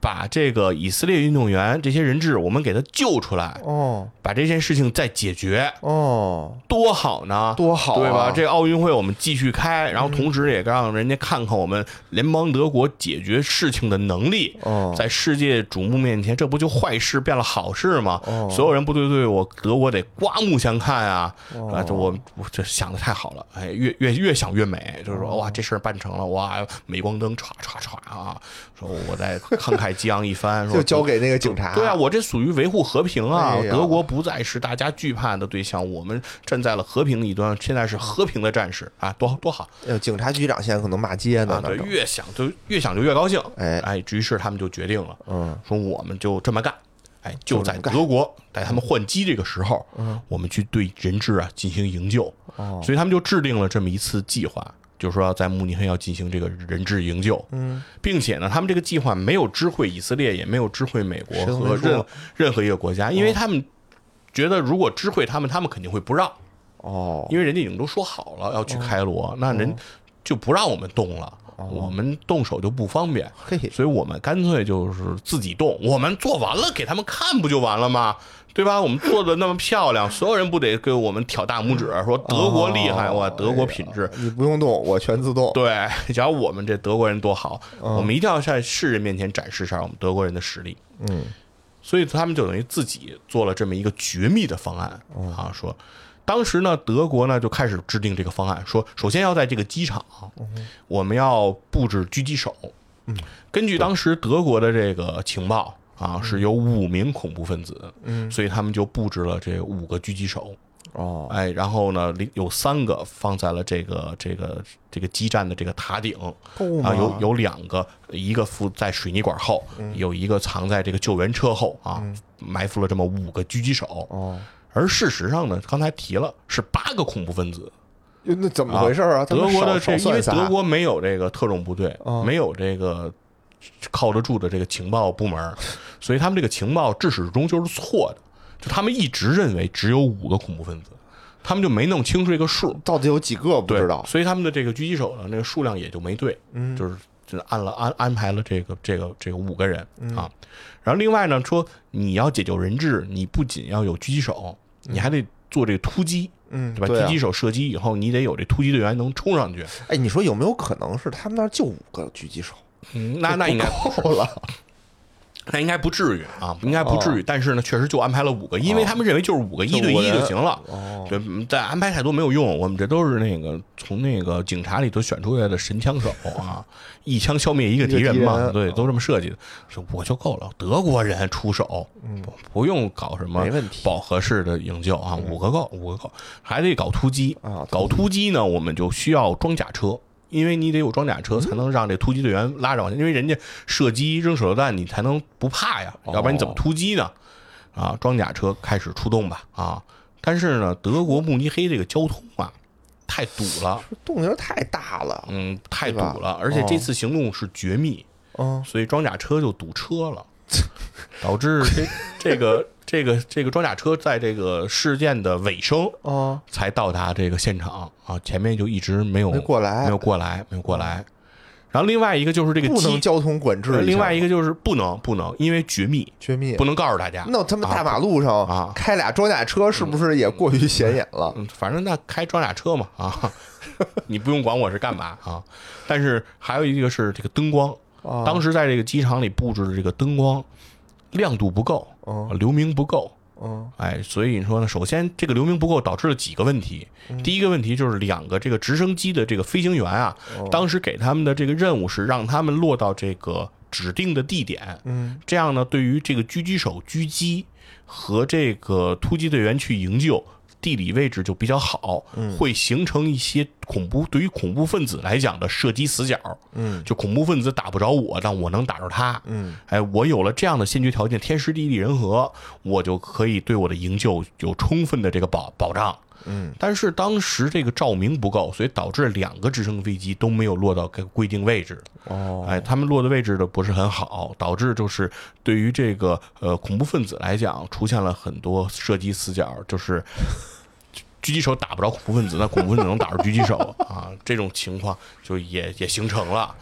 Speaker 2: 把这个以色列运动员这些人质我们给他救出来，
Speaker 1: 哦，
Speaker 2: 把这件事情再解决，
Speaker 1: 哦，
Speaker 2: 多好呢，
Speaker 1: 多好、啊，
Speaker 2: 对吧？这个奥运会我们继续开，然后同时也让人家看看我们联邦德国解决事情的能力，
Speaker 1: 哦，
Speaker 2: 在世界瞩目面前，这不就坏事变了好事吗？
Speaker 1: 哦，
Speaker 2: 所有人不对对我德国得刮目相看啊！
Speaker 1: 哦、
Speaker 2: 啊，这我我这想的太好了，哎，越越越想越美，就是说哇，这事儿办成了，哇，镁光灯唰唰唰啊！说我再慷慨激昂一番，说
Speaker 1: 就交给那个警察。
Speaker 2: 对啊，我这属于维护和平啊！
Speaker 1: 哎、
Speaker 2: 德国不再是大家惧怕的对象，我们站在了和平一端，现在是和平的战士啊，多多好！
Speaker 1: 哎，警察局长现在可能骂街呢，
Speaker 2: 啊，对，越想就越想就越高兴，
Speaker 1: 哎
Speaker 2: 哎，于是他们就决定了，
Speaker 1: 嗯，
Speaker 2: 说我们就这么干，哎，就在德国，在他们换机这个时候，
Speaker 1: 嗯，
Speaker 2: 我们去对人质啊进行营救，
Speaker 1: 哦，
Speaker 2: 所以他们就制定了这么一次计划。就是说，在慕尼黑要进行这个人质营救，
Speaker 1: 嗯，
Speaker 2: 并且呢，他们这个计划没有知会以色列，也没有知会美国和任任何一个国家，因为他们觉得如果知会他们，他们肯定会不让，
Speaker 1: 哦，
Speaker 2: 因为人家已经都说好了要去开罗，那人就不让我们动了，我们动手就不方便，所以我们干脆就是自己动，我们做完了给他们看不就完了吗？对吧？我们做的那么漂亮，所有人不得给我们挑大拇指，说德国厉害，哇，德国品质，
Speaker 1: 你不用动，我全自动。
Speaker 2: 对，只要我们这德国人多好，我们一定要在世人面前展示一下我们德国人的实力。
Speaker 1: 嗯，
Speaker 2: 所以他们就等于自己做了这么一个绝密的方案啊，说当时呢，德国呢就开始制定这个方案，说首先要在这个机场，我们要布置狙击手。嗯，根据当时德国的这个情报。啊，是有五名恐怖分子，嗯，所以他们就布置了这五个狙击手，
Speaker 1: 哦，
Speaker 2: 哎，然后呢，有三个放在了这个这个这个基站的这个塔顶，啊，有有两个，一个附在水泥管后，嗯、有一个藏在这个救援车后啊，嗯、埋伏了这么五个狙击手。
Speaker 1: 哦，
Speaker 2: 而事实上呢，刚才提了是八个恐怖分子。
Speaker 1: 那怎么回事啊？
Speaker 2: 德国的这，因为德国没有这个特种部队，哦、没有这个。靠得住的这个情报部门，所以他们这个情报至始至终就是错的，就他们一直认为只有五个恐怖分子，他们就没弄清楚这个数，
Speaker 1: 到底有几个不知道，
Speaker 2: 所以他们的这个狙击手呢，那个数量也就没对，嗯，就是就按了安安排了这个这个这个五个人啊，然后另外呢说你要解救人质，你不仅要有狙击手，你还得做这个突击。
Speaker 1: 嗯，
Speaker 2: 对吧？
Speaker 1: 对啊、
Speaker 2: 狙击手射击以后，你得有这突击队员能冲上去。
Speaker 1: 哎，你说有没有可能是他们那儿就五个狙击手？
Speaker 2: 嗯，那那应该
Speaker 1: 够了，
Speaker 2: 那应该不至于啊，应该不至于。哦、但是呢，确实就安排了五个，因为他们认为就是五个一对一就行了。
Speaker 1: 哦，
Speaker 2: 对，再安排太多没有用。我们这都是那个从那个警察里头选出来的神枪手啊，一枪消灭一个敌人嘛。人对，都这么设计的。说我就够了，德国人出手，嗯，不用搞什么饱和式的营救啊，五个够，五个够，还得搞突击
Speaker 1: 啊。
Speaker 2: 搞突击呢，我们就需要装甲车。因为你得有装甲车才能让这突击队员拉着往前，因为人家射击扔手榴弹，你才能不怕呀，要不然你怎么突击呢？啊，装甲车开始出动吧啊！但是呢，德国慕尼黑这个交通啊太堵了，
Speaker 1: 动静太大了，
Speaker 2: 嗯，太堵了，而且这次行动是绝密，
Speaker 1: 嗯，
Speaker 2: 所以装甲车就堵车了，导致这这个。这个这个装甲车在这个事件的尾声
Speaker 1: 哦，
Speaker 2: 才到达这个现场啊，前面就一直没有
Speaker 1: 没过来，
Speaker 2: 没有过来，没有过来。然后另外一个就是这个
Speaker 1: 不能交通管制，
Speaker 2: 另外一个就是不能不能，因为绝密，
Speaker 1: 绝密
Speaker 2: 不能告诉大家。
Speaker 1: 那他们大马路上
Speaker 2: 啊
Speaker 1: 开俩装甲车，是不是也过于显眼了？
Speaker 2: 嗯，反正那开装甲车嘛啊，你不用管我是干嘛啊。但是还有一个是这个灯光，
Speaker 1: 啊、
Speaker 2: 当时在这个机场里布置的这个灯光亮度不够。
Speaker 1: 哦，
Speaker 2: 流明不够，
Speaker 1: 嗯，
Speaker 2: 哎，所以你说呢？首先，这个流明不够导致了几个问题。
Speaker 1: 嗯、
Speaker 2: 第一个问题就是两个这个直升机的这个飞行员啊，
Speaker 1: 哦、
Speaker 2: 当时给他们的这个任务是让他们落到这个指定的地点，
Speaker 1: 嗯，
Speaker 2: 这样呢，对于这个狙击手狙击和这个突击队员去营救。地理位置就比较好，会形成一些恐怖，对于恐怖分子来讲的射击死角。
Speaker 1: 嗯，
Speaker 2: 就恐怖分子打不着我，但我能打着他。
Speaker 1: 嗯，
Speaker 2: 哎，我有了这样的先决条件，天时地利人和，我就可以对我的营救有充分的这个保保障。
Speaker 1: 嗯，
Speaker 2: 但是当时这个照明不够，所以导致两个直升飞机都没有落到该规定位置。
Speaker 1: 哦，
Speaker 2: 哎，他们落的位置的不是很好，导致就是对于这个呃恐怖分子来讲，出现了很多射击死角，就是狙击手打不着恐怖分子，那恐怖分子能打着狙击手啊，这种情况就也也形成了。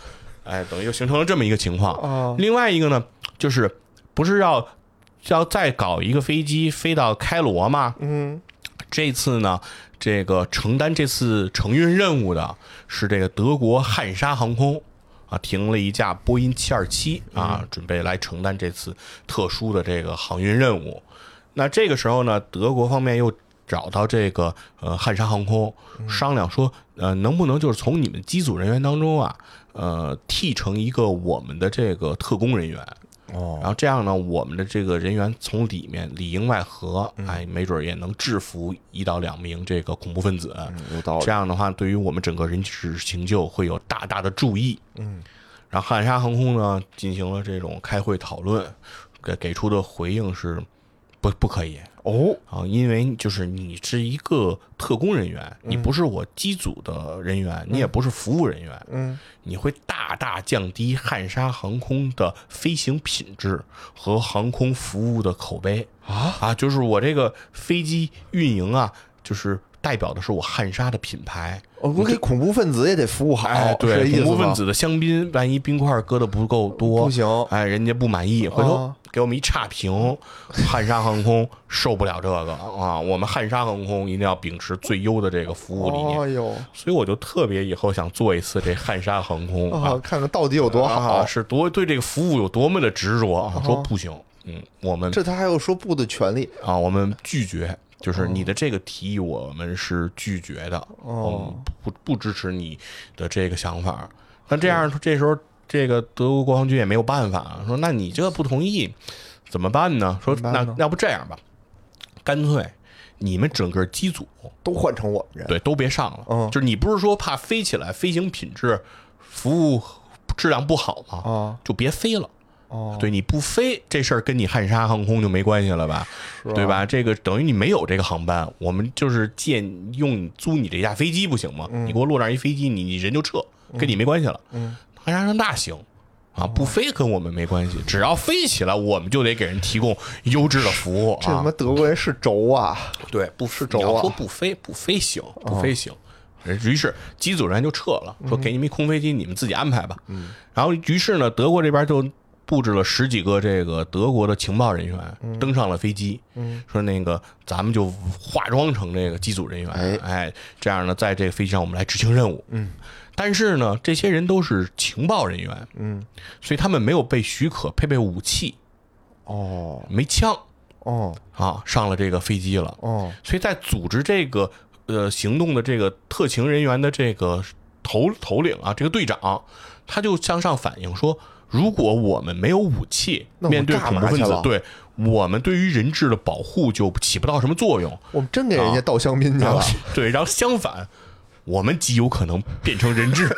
Speaker 2: 哎，等于就形成了这么一个情况。
Speaker 1: 哦、
Speaker 2: 另外一个呢，就是不是要要再搞一个飞机飞到开罗吗？
Speaker 1: 嗯，
Speaker 2: 这次呢，这个承担这次承运任务的是这个德国汉莎航空。啊，停了一架波音七二七啊，准备来承担这次特殊的这个航运任务。那这个时候呢，德国方面又找到这个呃汉莎航空商量说，呃，能不能就是从你们机组人员当中啊，呃，替成一个我们的这个特工人员。
Speaker 1: 哦，
Speaker 2: 然后这样呢，我们的这个人员从里面里应外合，哎，没准也能制服一到两名这个恐怖分子。
Speaker 1: 嗯、有道理。
Speaker 2: 这样的话，对于我们整个人质营救会有大大的注意。
Speaker 1: 嗯，
Speaker 2: 然后汉莎航空呢进行了这种开会讨论，给给出的回应是不不可以。
Speaker 1: 哦
Speaker 2: 啊，因为就是你是一个特工人员，
Speaker 1: 嗯、
Speaker 2: 你不是我机组的人员，嗯、你也不是服务人员，
Speaker 1: 嗯，
Speaker 2: 你会大大降低汉莎航空的飞行品质和航空服务的口碑
Speaker 1: 啊
Speaker 2: 啊！就是我这个飞机运营啊，就是代表的是我汉莎的品牌。
Speaker 1: 哦，我给恐怖分子也得服务好，
Speaker 2: 哎，对，
Speaker 1: 恐
Speaker 2: 怖分子的香槟，万一冰块搁的不够多，
Speaker 1: 不行，
Speaker 2: 哎，人家不满意，回头给我们一差评。汉莎航空受不了这个啊，我们汉莎航空一定要秉持最优的这个服务理念。
Speaker 1: 哎呦，
Speaker 2: 所以我就特别以后想做一次这汉莎航空啊，
Speaker 1: 啊看看到底有多好，
Speaker 2: 啊、是多对这个服务有多么的执着啊。说不行，嗯，我们
Speaker 1: 这他还有说不的权利
Speaker 2: 啊，我们拒绝。就是你的这个提议，我们是拒绝的，
Speaker 1: 哦，
Speaker 2: 不不支持你的这个想法。那这样，这时候这个德国国防军也没有办法，说那你这不同意怎么办呢？说那要不这样吧，干脆你们整个机组
Speaker 1: 都换成我们人，
Speaker 2: 对，都别上了。
Speaker 1: 嗯，
Speaker 2: 就是你不是说怕飞起来飞行品质、服务质量不好吗？
Speaker 1: 啊，
Speaker 2: 就别飞了。
Speaker 1: 哦，
Speaker 2: 对，你不飞这事儿跟你汉莎航空就没关系了吧？对吧？这个等于你没有这个航班，我们就是借用租你这架飞机不行吗？
Speaker 1: 嗯、
Speaker 2: 你给我落那一飞机，你你人就撤，跟你没关系了。
Speaker 1: 嗯，
Speaker 2: 汉莎说那行啊，不飞跟我们没关系，只要飞起来，我们就得给人提供优质的服务。啊、
Speaker 1: 这他妈德国人是轴啊！
Speaker 2: 对，不
Speaker 1: 是轴啊！
Speaker 2: 你要说不飞不飞行，不飞行。哦、于是机组人就撤了，说给你们一空飞机，你们自己安排吧。
Speaker 1: 嗯，
Speaker 2: 然后于是呢，德国这边就布置了十几个这个德国的情报人员登上了飞机，
Speaker 1: 嗯，
Speaker 2: 说那个咱们就化妆成这个机组人员，
Speaker 1: 哎
Speaker 2: 哎，这样呢，在这个飞机上我们来执行任务，
Speaker 1: 嗯，
Speaker 2: 但是呢，这些人都是情报人员，
Speaker 1: 嗯，
Speaker 2: 所以他们没有被许可配备武器，
Speaker 1: 哦，
Speaker 2: 没枪，
Speaker 1: 哦，
Speaker 2: 啊，上了这个飞机了，
Speaker 1: 哦，
Speaker 2: 所以在组织这个呃行动的这个特勤人员的这个头头领啊，这个队长，他就向上反映说，如果我们没有武器，面对恐怖分子，对我们对于人质的保护就起不到什么作用。
Speaker 1: 我们真给人家倒香槟去了，
Speaker 2: 啊、对，然后相反，我们极有可能变成人质，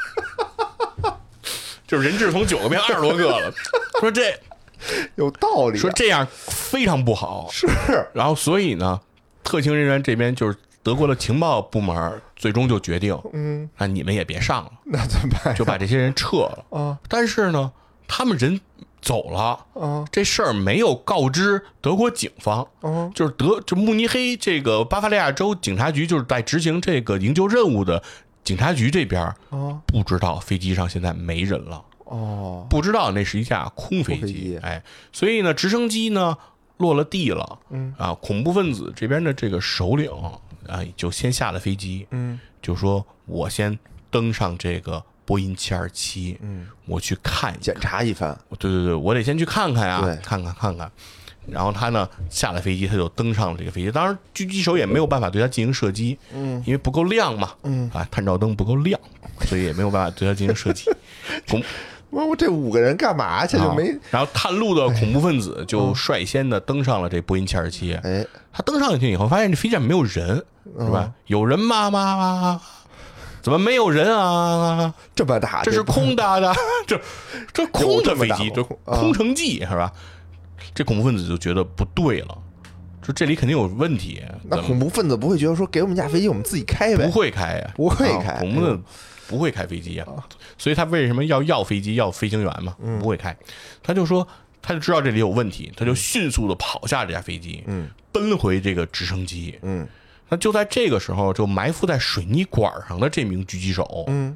Speaker 2: 就是人质从九个变二十多个了。说这
Speaker 1: 有道理、啊，
Speaker 2: 说这样非常不好。
Speaker 1: 是，
Speaker 2: 然后所以呢，特勤人员这边就是德国的情报部门最终就决定，
Speaker 1: 嗯，
Speaker 2: 那你们也别上了，
Speaker 1: 那怎么办？
Speaker 2: 就把这些人撤了
Speaker 1: 啊。
Speaker 2: 但是呢，他们人走了
Speaker 1: 啊，
Speaker 2: 这事儿没有告知德国警方，
Speaker 1: 啊，
Speaker 2: 就是德就慕尼黑这个巴伐利亚州警察局，就是在执行这个营救任务的警察局这边
Speaker 1: 啊，
Speaker 2: 不知道飞机上现在没人了，
Speaker 1: 哦，
Speaker 2: 不知道那是一架空飞机，
Speaker 1: 飞机
Speaker 2: 哎，所以呢，直升机呢落了地了，
Speaker 1: 嗯
Speaker 2: 啊，恐怖分子这边的这个首领啊，就先下了飞机，
Speaker 1: 嗯，
Speaker 2: 就说我先登上这个波音七二七，
Speaker 1: 嗯，
Speaker 2: 我去看一看
Speaker 1: 检查一番，
Speaker 2: 对对对，我得先去看看呀，
Speaker 1: 对
Speaker 2: 看看看看。然后他呢下了飞机，他就登上了这个飞机。当然，狙击手也没有办法对他进行射击，
Speaker 1: 嗯，
Speaker 2: 因为不够亮嘛，
Speaker 1: 嗯
Speaker 2: 啊，探照灯不够亮，所以也没有办法对他进行射击。恐
Speaker 1: 我我这五个人干嘛去就没、
Speaker 2: 啊？然后探路的恐怖分子就率先的登上了这波音七二七。
Speaker 1: 哎，
Speaker 2: 他登上去以后，发现这飞机上没有人，是吧？
Speaker 1: 嗯、
Speaker 2: 有人吗？吗吗？怎么没有人啊？
Speaker 1: 这么大，
Speaker 2: 这是空的的，这这空的飞机，这空城计是吧？这恐怖分子就觉得不对了，说这里肯定有问题。
Speaker 1: 那恐怖分子不会觉得说给我们架飞机我们自己开呗？
Speaker 2: 不会开呀，
Speaker 1: 不会开，
Speaker 2: 啊、恐怖分子不会开飞机呀、啊，所以他为什么要要飞机要飞行员嘛？
Speaker 1: 嗯、
Speaker 2: 不会开，他就说他就知道这里有问题，他就迅速的跑下这架飞机，
Speaker 1: 嗯，
Speaker 2: 奔回这个直升机，
Speaker 1: 嗯，
Speaker 2: 那就在这个时候，就埋伏在水泥管上的这名狙击手，
Speaker 1: 嗯，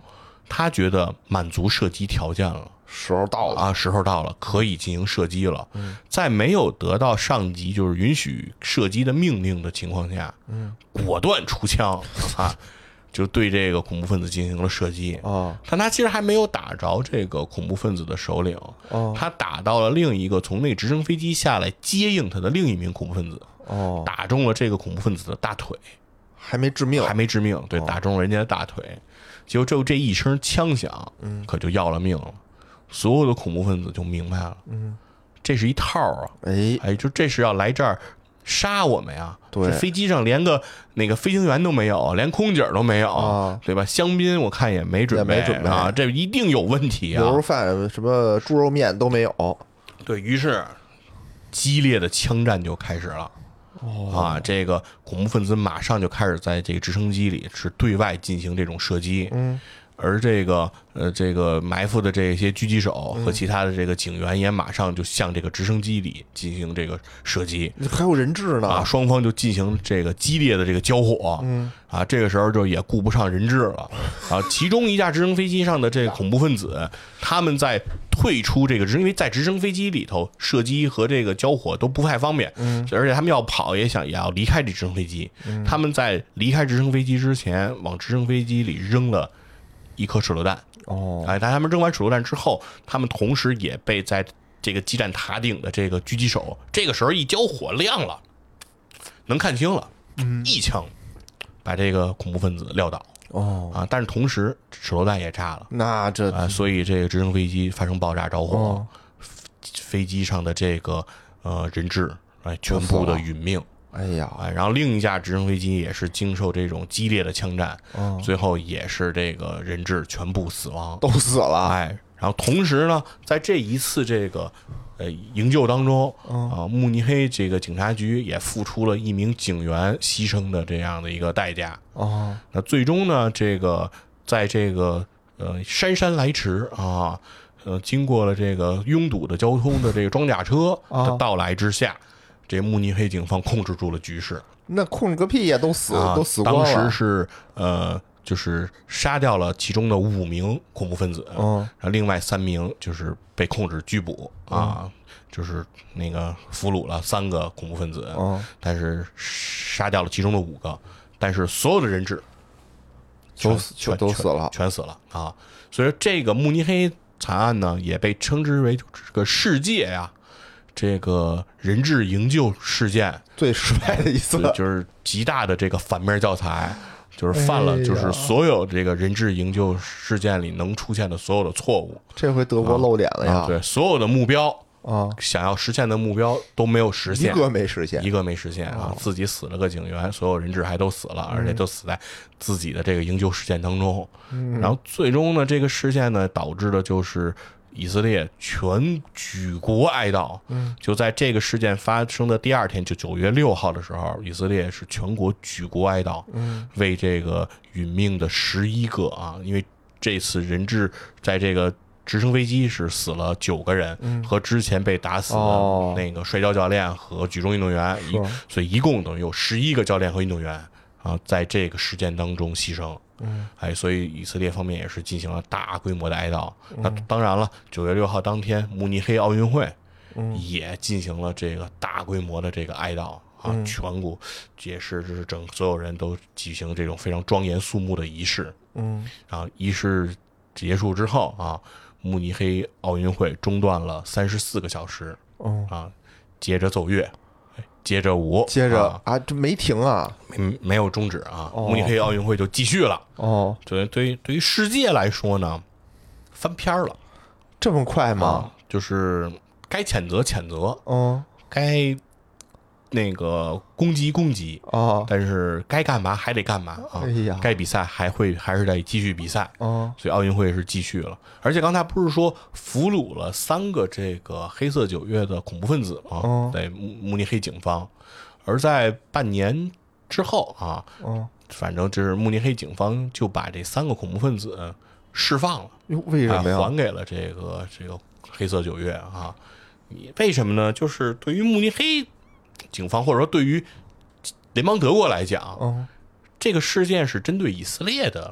Speaker 2: 他觉得满足射击条件了。
Speaker 1: 时候到了
Speaker 2: 啊，时候到了，可以进行射击了。嗯，在没有得到上级就是允许射击的命令的情况下，嗯，果断出枪啊，就对这个恐怖分子进行了射击。
Speaker 1: 哦，
Speaker 2: 但他其实还没有打着这个恐怖分子的首领，
Speaker 1: 哦，
Speaker 2: 他打到了另一个从那直升飞机下来接应他的另一名恐怖分子。
Speaker 1: 哦，
Speaker 2: 打中了这个恐怖分子的大腿，
Speaker 1: 还没致命，
Speaker 2: 还没致命，对，
Speaker 1: 哦、
Speaker 2: 打中了人家的大腿。结果就这一声枪响，嗯，可就要了命了。所有的恐怖分子就明白了，嗯，这是一套啊，
Speaker 1: 哎
Speaker 2: 哎，就这是要来这儿杀我们呀！
Speaker 1: 对，
Speaker 2: 飞机上连个那个飞行员都没有，连空姐都没有，
Speaker 1: 啊、
Speaker 2: 对吧？香槟我看也没准备，
Speaker 1: 也没准备
Speaker 2: 啊，这一定有问题啊！
Speaker 1: 牛肉饭、什么猪肉面都没有。
Speaker 2: 对，于是，激烈的枪战就开始了。
Speaker 1: 哦、
Speaker 2: 啊，这个恐怖分子马上就开始在这个直升机里是对外进行这种射击。
Speaker 1: 嗯。
Speaker 2: 而这个呃，这个埋伏的这些狙击手和其他的这个警员也马上就向这个直升机里进行这个射击，
Speaker 1: 还有人质呢
Speaker 2: 啊！双方就进行这个激烈的这个交火，
Speaker 1: 嗯
Speaker 2: 啊，这个时候就也顾不上人质了，啊！其中一架直升飞机上的这个恐怖分子，他们在退出这个直升，因为在直升飞机里头射击和这个交火都不太方便，
Speaker 1: 嗯，
Speaker 2: 而且他们要跑也想也要离开这直升飞机，
Speaker 1: 嗯、
Speaker 2: 他们在离开直升飞机之前，往直升飞机里扔了一颗手榴弹。
Speaker 1: 哦，
Speaker 2: 哎，但他们扔完手榴弹之后，他们同时也被在这个基站塔顶的这个狙击手，这个时候一交火亮了，能看清了，
Speaker 1: 嗯，
Speaker 2: 一枪把这个恐怖分子撂倒。
Speaker 1: 哦
Speaker 2: 啊，但是同时手榴弹也炸了，
Speaker 1: 那这
Speaker 2: 啊，所以这个直升飞机发生爆炸着火，
Speaker 1: 哦、
Speaker 2: 飞机上的这个呃人质哎全部的殒命。
Speaker 1: 哎呀，
Speaker 2: 哎，然后另一架直升飞机也是经受这种激烈的枪战，
Speaker 1: 哦、
Speaker 2: 最后也是这个人质全部死亡，
Speaker 1: 都死了。
Speaker 2: 哎，然后同时呢，在这一次这个呃营救当中，啊，慕尼黑这个警察局也付出了一名警员牺牲的这样的一个代价。
Speaker 1: 哦，
Speaker 2: 那最终呢，这个在这个呃姗姗来迟啊，呃，经过了这个拥堵的交通的这个装甲车的到来之下。这慕尼黑警方控制住了局势，
Speaker 1: 那控制个屁呀，都死、
Speaker 2: 啊、
Speaker 1: 都死光了。
Speaker 2: 当时是呃，就是杀掉了其中的五名恐怖分子，
Speaker 1: 嗯，
Speaker 2: 然后另外三名就是被控制拘捕啊，
Speaker 1: 嗯、
Speaker 2: 就是那个俘虏了三个恐怖分子，
Speaker 1: 嗯，
Speaker 2: 但是杀掉了其中的五个，但是所有的人质
Speaker 1: 都死全都死了，
Speaker 2: 全死了啊！所以这个慕尼黑惨案呢，也被称之为这个世界呀。这个人质营救事件
Speaker 1: 最失败的一次，
Speaker 2: 就是极大的这个反面教材，就是犯了就是所有这个人质营救事件里能出现的所有的错误。
Speaker 1: 这回德国露脸了呀！
Speaker 2: 啊啊、对，所有的目标
Speaker 1: 啊，
Speaker 2: 想要实现的目标都没有实现，
Speaker 1: 一个没实现，
Speaker 2: 一个没实现啊！自己死了个警员，所有人质还都死了，而且都死在自己的这个营救事件当中。
Speaker 1: 嗯、
Speaker 2: 然后最终呢，这个事件呢，导致的就是以色列全举国哀悼。
Speaker 1: 嗯，
Speaker 2: 就在这个事件发生的第二天，就九月六号的时候，以色列是全国举国哀悼，
Speaker 1: 嗯，
Speaker 2: 为这个殒命的十一个啊，因为这次人质在这个直升飞机是死了九个人，
Speaker 1: 嗯、
Speaker 2: 和之前被打死的那个摔跤教练和举重运动员，
Speaker 1: 哦、
Speaker 2: 所以一共等于有十一个教练和运动员啊，在这个事件当中牺牲。
Speaker 1: 嗯，
Speaker 2: 哎，所以以色列方面也是进行了大规模的哀悼。
Speaker 1: 嗯、
Speaker 2: 那当然了，九月六号当天，慕尼黑奥运会也进行了这个大规模的这个哀悼啊，
Speaker 1: 嗯、
Speaker 2: 全国也是就是整所有人都举行这种非常庄严肃穆的仪式。
Speaker 1: 嗯，
Speaker 2: 然后仪式结束之后啊，慕尼黑奥运会中断了三十四个小时。
Speaker 1: 嗯、
Speaker 2: 啊，接着奏乐。接着舞，
Speaker 1: 接着
Speaker 2: 啊，
Speaker 1: 啊这没停啊，
Speaker 2: 没没有终止啊，
Speaker 1: 哦、
Speaker 2: 慕尼黑奥运会就继续了。
Speaker 1: 哦，
Speaker 2: 对，对于对于世界来说呢，翻篇了，
Speaker 1: 这么快吗？
Speaker 2: 啊、就是该谴责谴责，
Speaker 1: 嗯，
Speaker 2: 该那个攻击攻击
Speaker 1: 啊，
Speaker 2: 但是该干嘛还得干嘛啊，
Speaker 1: 哎呀，
Speaker 2: 该比赛还会还是得继续比赛，
Speaker 1: 嗯，
Speaker 2: 所以奥运会是继续了。而且刚才不是说俘虏了三个这个黑色九月的恐怖分子吗？
Speaker 1: 嗯，
Speaker 2: 对，慕尼黑警方，而在半年之后啊，
Speaker 1: 嗯，
Speaker 2: 反正就是慕尼黑警方就把这三个恐怖分子释放了。
Speaker 1: 哟，为什么呀？
Speaker 2: 啊、还给了这个这个黑色九月啊？你为什么呢？就是对于慕尼黑警方，或者说对于联邦德国来讲，
Speaker 1: 嗯，
Speaker 2: 这个事件是针对以色列的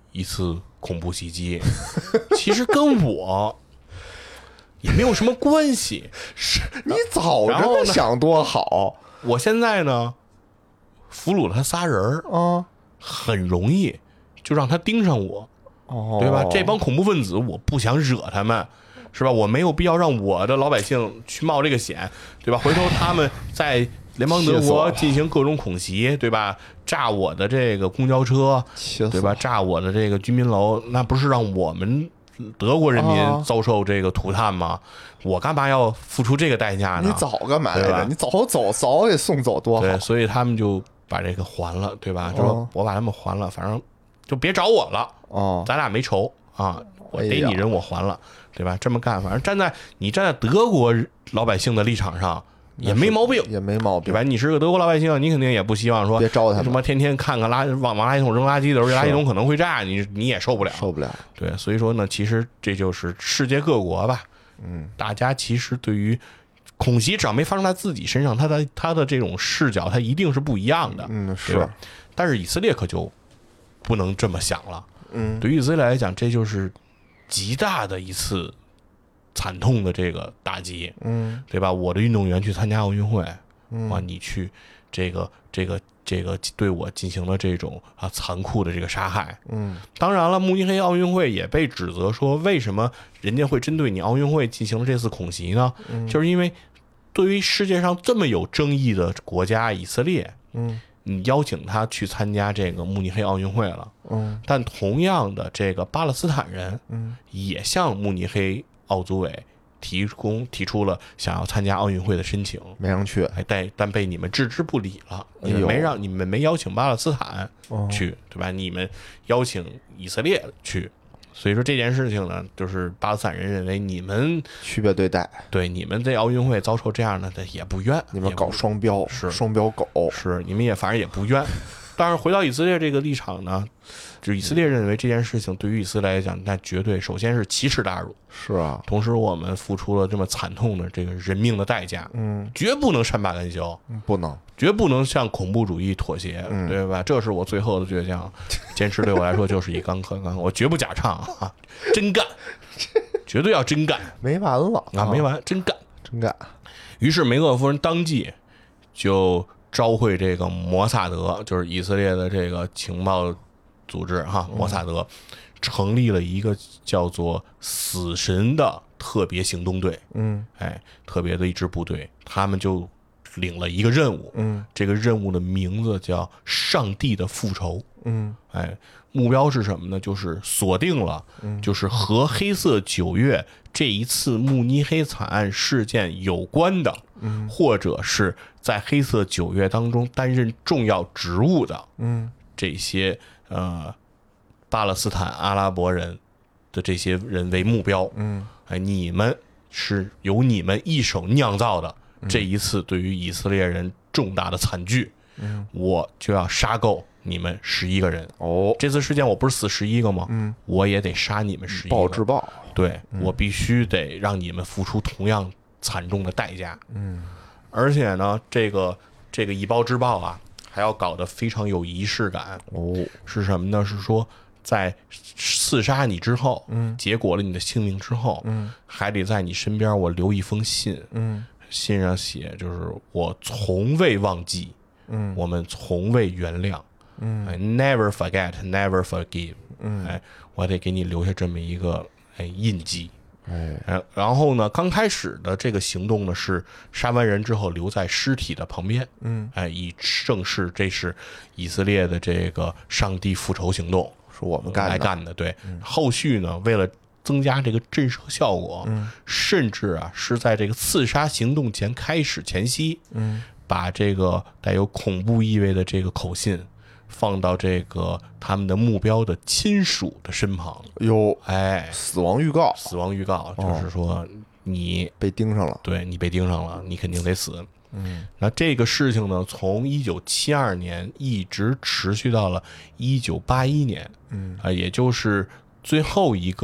Speaker 2: 一次恐怖袭击，其实跟我也没有什么关系。
Speaker 1: 是你早这么想多好。
Speaker 2: 我现在呢，俘虏了他仨人儿
Speaker 1: 啊，
Speaker 2: 很容易就让他盯上我，
Speaker 1: 哦，
Speaker 2: 对吧？这帮恐怖分子，我不想惹他们。是吧？我没有必要让我的老百姓去冒这个险，对吧？回头他们在联邦德国进行各种恐袭，对吧？炸我的这个公交车，对吧？炸我的这个居民楼，那不是让我们德国人民遭受这个涂炭吗？我干嘛要付出这个代价呢？
Speaker 1: 你早干嘛来着？你早走，早给送走多好。
Speaker 2: 对，所以他们就把这个还了，对吧？就说我把他们还了，反正就别找我了，哦，咱俩没仇啊。我逮你人我还了，对吧？这么干，反正站在你站在德国老百姓的立场上也没毛病，
Speaker 1: 也没毛病，
Speaker 2: 对吧？你是个德国老百姓，你肯定也不希望说
Speaker 1: 别招他
Speaker 2: 什么天天看看垃往往垃圾桶扔垃圾的时候，垃圾桶可能会炸，你你也受不了，
Speaker 1: 受不了。
Speaker 2: 对，所以说呢，其实这就是世界各国吧，嗯，大家其实对于恐袭只要没发生在自己身上，他的他的这种视角，他一定是不一样的，
Speaker 1: 嗯，是。
Speaker 2: 但是以色列可就不能这么想了，
Speaker 1: 嗯，
Speaker 2: 对于以色列来讲，这就是极大的一次惨痛的这个打击，
Speaker 1: 嗯，
Speaker 2: 对吧？我的运动员去参加奥运会，嗯，啊，你去这个这个这个对我进行了这种啊残酷的这个杀害，
Speaker 1: 嗯，
Speaker 2: 当然了，慕尼黑奥运会也被指责说，为什么人家会针对你奥运会进行了这次恐袭呢？嗯，就是因为对于世界上这么有争议的国家以色列，
Speaker 1: 嗯。
Speaker 2: 你邀请他去参加这个慕尼黑奥运会了，
Speaker 1: 嗯，
Speaker 2: 但同样的，这个巴勒斯坦人，
Speaker 1: 嗯，
Speaker 2: 也向慕尼黑奥组委提供提出了想要参加奥运会的申请，
Speaker 1: 没让去，
Speaker 2: 哎，但但被你们置之不理了，你们没让你们没邀请巴勒斯坦去，对吧？你们邀请以色列去。所以说这件事情呢，就是巴勒斯坦人认为你们
Speaker 1: 区别对待，对
Speaker 2: 你们在奥运会遭受这样的也不冤，
Speaker 1: 你们搞双标
Speaker 2: 是
Speaker 1: 双标狗，
Speaker 2: 是你们也反正也不冤。但是回到以色列这个立场呢，就是以色列认为这件事情对于以色列来讲，那绝对首先是奇耻大辱，
Speaker 1: 是啊。
Speaker 2: 同时我们付出了这么惨痛的这个人命的代价，
Speaker 1: 嗯，
Speaker 2: 绝不能善罢甘休，
Speaker 1: 不能，
Speaker 2: 绝不能向恐怖主义妥协，
Speaker 1: 嗯、
Speaker 2: 对吧？这是我最后的倔强，坚持对我来说就是一钢壳钢，我绝不假唱啊，真干，绝对要真干，
Speaker 1: 没完了
Speaker 2: 啊，没完，真干，
Speaker 1: 真干。
Speaker 2: 于是梅厄夫人当即就召会这个摩萨德，就是以色列的这个情报组织哈，摩萨德成立了一个叫做死神的特别行动队，
Speaker 1: 嗯，
Speaker 2: 哎，特别的一支部队，他们就领了一个任务，
Speaker 1: 嗯，
Speaker 2: 这个任务的名字叫上帝的复仇，
Speaker 1: 嗯，
Speaker 2: 哎，目标是什么呢？就是锁定了，就是和黑色九月这一次慕尼黑惨案事件有关的，
Speaker 1: 嗯，
Speaker 2: 或者是在黑色九月当中担任重要职务的，
Speaker 1: 嗯，
Speaker 2: 这些呃巴勒斯坦阿拉伯人的这些人为目标，
Speaker 1: 嗯，
Speaker 2: 哎，你们是由你们一手酿造的这一次对于以色列人重大的惨剧，
Speaker 1: 嗯，
Speaker 2: 我就要杀够你们十一个人。
Speaker 1: 哦，
Speaker 2: 这次事件我不是死十一个吗？
Speaker 1: 嗯，
Speaker 2: 我也得杀你们十一个，
Speaker 1: 暴制暴。
Speaker 2: 对、
Speaker 1: 嗯、
Speaker 2: 我必须得让你们付出同样惨重的代价。
Speaker 1: 嗯，
Speaker 2: 而且呢，这个这个以暴制暴啊，还要搞得非常有仪式感。
Speaker 1: 哦，
Speaker 2: 是什么呢？是说在刺杀你之后，
Speaker 1: 嗯，
Speaker 2: 结果了你的性命之后，
Speaker 1: 嗯，还
Speaker 2: 得在你身边我留一封信，
Speaker 1: 嗯，
Speaker 2: 信上写就是我从未忘记，
Speaker 1: 嗯，
Speaker 2: 我们从未原谅，
Speaker 1: 嗯、
Speaker 2: 哎、，never forget, never forgive，
Speaker 1: 嗯，
Speaker 2: 哎，我得给你留下这么一个哎印记。
Speaker 1: 哎，
Speaker 2: 然后呢，刚开始的这个行动呢是杀完人之后留在尸体的旁边，
Speaker 1: 嗯，
Speaker 2: 哎，以正式这是以色列的这个上帝复仇行动，
Speaker 1: 是我们干的
Speaker 2: 来干的。对，
Speaker 1: 嗯、
Speaker 2: 后续呢，为了增加这个震慑效果，
Speaker 1: 嗯，
Speaker 2: 甚至啊是在这个刺杀行动前开始前夕，
Speaker 1: 嗯，
Speaker 2: 把这个带有恐怖意味的这个口信放到这个他们的目标的亲属的身旁。
Speaker 1: 哟，
Speaker 2: 哎，
Speaker 1: 死亡预告，
Speaker 2: 死亡预告就是说你
Speaker 1: 被盯上了，
Speaker 2: 对你被盯上了，你肯定得死。
Speaker 1: 嗯，
Speaker 2: 那这个事情呢，从一九七二年一直持续到了一九八一年，
Speaker 1: 嗯
Speaker 2: 啊，也就是最后一个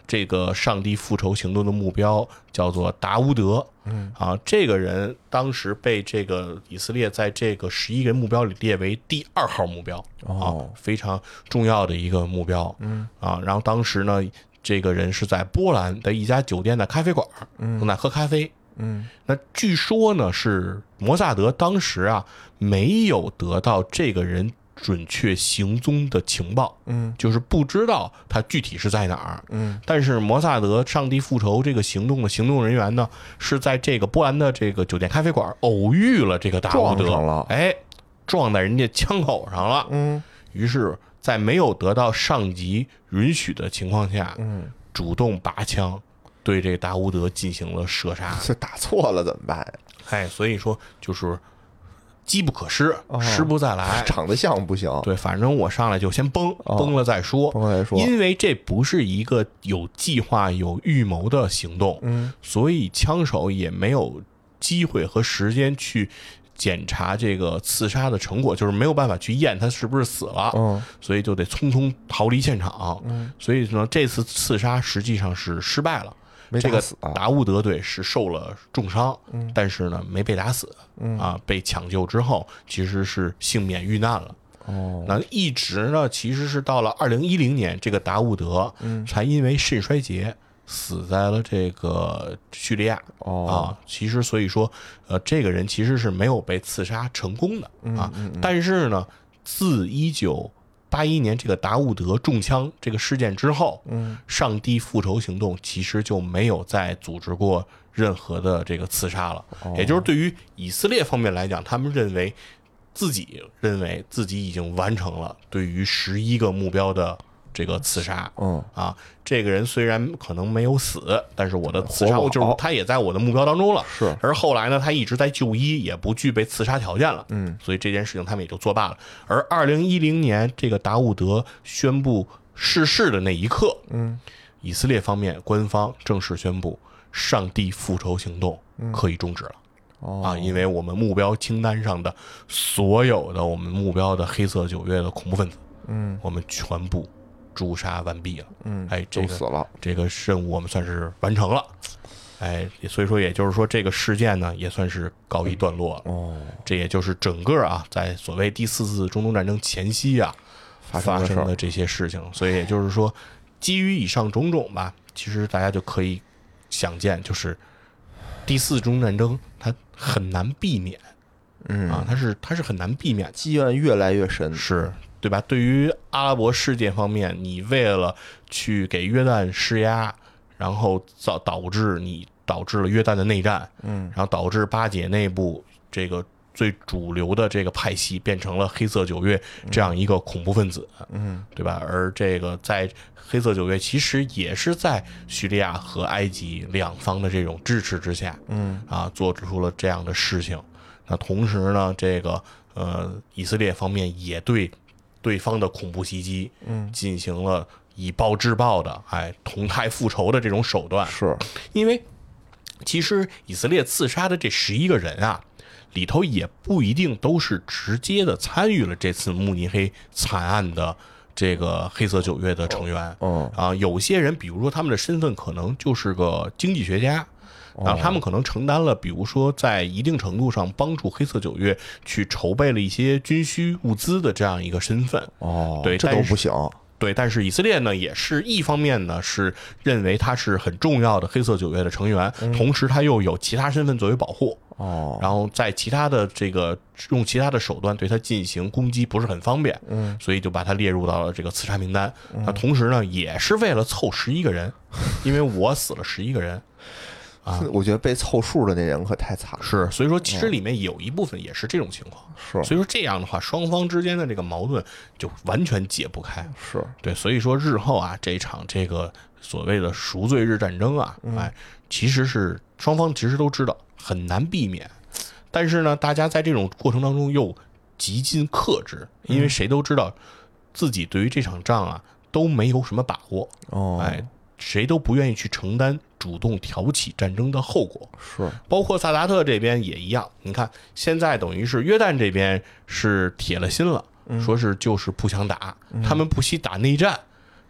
Speaker 2: 这个上帝复仇行动的目标叫做达乌德。嗯啊，这个人当时被这个以色列在这个十一个人目标里列为第二号目标、
Speaker 1: 哦、
Speaker 2: 啊，非常重要的一个目标。嗯啊，然后当时呢，这个人是在波兰的一家酒店的咖啡馆，嗯，正在喝咖啡。嗯，那据说呢是摩萨德当时啊没有得到这个人准确行踪的情报，嗯，就是不知道他具体是在哪儿，嗯，但是摩萨德上帝复仇这个行动的行动人员呢，是在这个波兰的这个酒店咖啡馆偶遇了这个达乌德，
Speaker 1: 撞上了，
Speaker 2: 哎，撞在人家枪口上了，嗯，于是，在没有得到上级允许的情况下，嗯，主动拔枪对这个达乌德进行了射杀，
Speaker 1: 这打错了怎么办呀？
Speaker 2: 哎，所以说就是。机不可失，失不再来。
Speaker 1: 长得像不行，
Speaker 2: 对，反正我上来就先崩，哦、崩了再说，
Speaker 1: 崩了再说。
Speaker 2: 因为这不是一个有计划、有预谋的行动，嗯，所以枪手也没有机会和时间去检查这个刺杀的成果，就是没有办法去验他是不是死了，嗯，所以就得匆匆逃离现场。嗯，所以呢，这次刺杀实际上是失败了。这个达乌德队是受了重伤，嗯、但是呢没被打死，嗯、啊，被抢救之后其实是幸免遇难了。哦，那一直呢，其实是到了二零一零年，这个达乌德，嗯，才因为肾衰竭死在了这个叙利亚。哦，啊，其实所以说，呃，这个人其实是没有被刺杀成功的啊。嗯嗯嗯、但是呢，自一九八一年这个达乌德中枪这个事件之后，嗯，上帝复仇行动其实就没有再组织过任何的这个刺杀了。哦、也就是对于以色列方面来讲，他们认为自己认为自己已经完成了对于十一个目标的这个刺杀。嗯啊，这个人虽然可能没有死，但是我的刺杀就是他也在我的目标当中了。
Speaker 1: 是，
Speaker 2: 而后来呢，他一直在就医，也不具备刺杀条件了。嗯，所以这件事情他们也就作罢了。而二零一零年这个达乌德宣布逝世的那一刻，嗯，以色列方面官方正式宣布，上帝复仇行动可以终止了。哦、啊，因为我们目标清单上的所有的我们目标的黑色九月的恐怖分子，嗯，我们全部诛杀完毕了。嗯，哎，这个
Speaker 1: 都死了，
Speaker 2: 这个任务我们算是完成了。哎，所以说，也就是说，这个事件呢，也算是告一段落了。哦，这也就是整个啊，在所谓第四次中东战争前夕啊发生的这些事情。所以也就是说，基于以上种种吧，其实大家就可以想见，就是第四次中东战争它很难避免。嗯啊，它是它是很难避免，
Speaker 1: 积怨越来越深，
Speaker 2: 是对吧？对于阿拉伯世界方面，你为了去给约旦施压，然后导导致你导致了约旦的内战，嗯，然后导致巴解内部这个最主流的这个派系变成了黑色九月这样一个恐怖分子，嗯，对吧？而这个在黑色九月其实也是在叙利亚和埃及两方的这种支持之下，嗯啊，做出了这样的事情。那同时呢，这个呃，以色列方面也对对方的恐怖袭击，嗯，进行了以暴制暴的，哎，同态复仇的这种手段。
Speaker 1: 是，
Speaker 2: 因为其实以色列刺杀的这十一个人啊，里头也不一定都是直接的参与了这次慕尼黑惨案的这个黑色九月的成员。嗯啊，有些人，比如说他们的身份可能就是个经济学家。然后他们可能承担了，比如说在一定程度上帮助黑色九月去筹备了一些军需物资的这样一个身份。
Speaker 1: 哦，
Speaker 2: 对，
Speaker 1: 这都不行。
Speaker 2: 对，但是以色列呢，也是一方面呢是认为他是很重要的黑色九月的成员，嗯、同时他又有其他身份作为保护。哦，然后在其他的这个用其他的手段对他进行攻击不是很方便，嗯，所以就把他列入到了这个刺杀名单。嗯、那同时呢，也是为了凑十一个人，因为我死了十一个人。啊，
Speaker 1: 我觉得被凑数的那人可太惨了。
Speaker 2: 是，所以说其实里面有一部分也是这种情况。
Speaker 1: 是，
Speaker 2: 所以说这样的话，双方之间的这个矛盾就完全解不开。
Speaker 1: 是
Speaker 2: 对，所以说日后啊，这一场这个所谓的赎罪日战争啊，哎，其实是双方其实都知道很难避免，但是呢，大家在这种过程当中又极尽克制，因为谁都知道自己对于这场仗啊都没有什么把握。哦，哎。谁都不愿意去承担主动挑起战争的后果，
Speaker 1: 是
Speaker 2: 包括萨达特这边也一样。你看，现在等于是约旦这边是铁了心了，嗯、说是就是不想打，嗯、他们不惜打内战，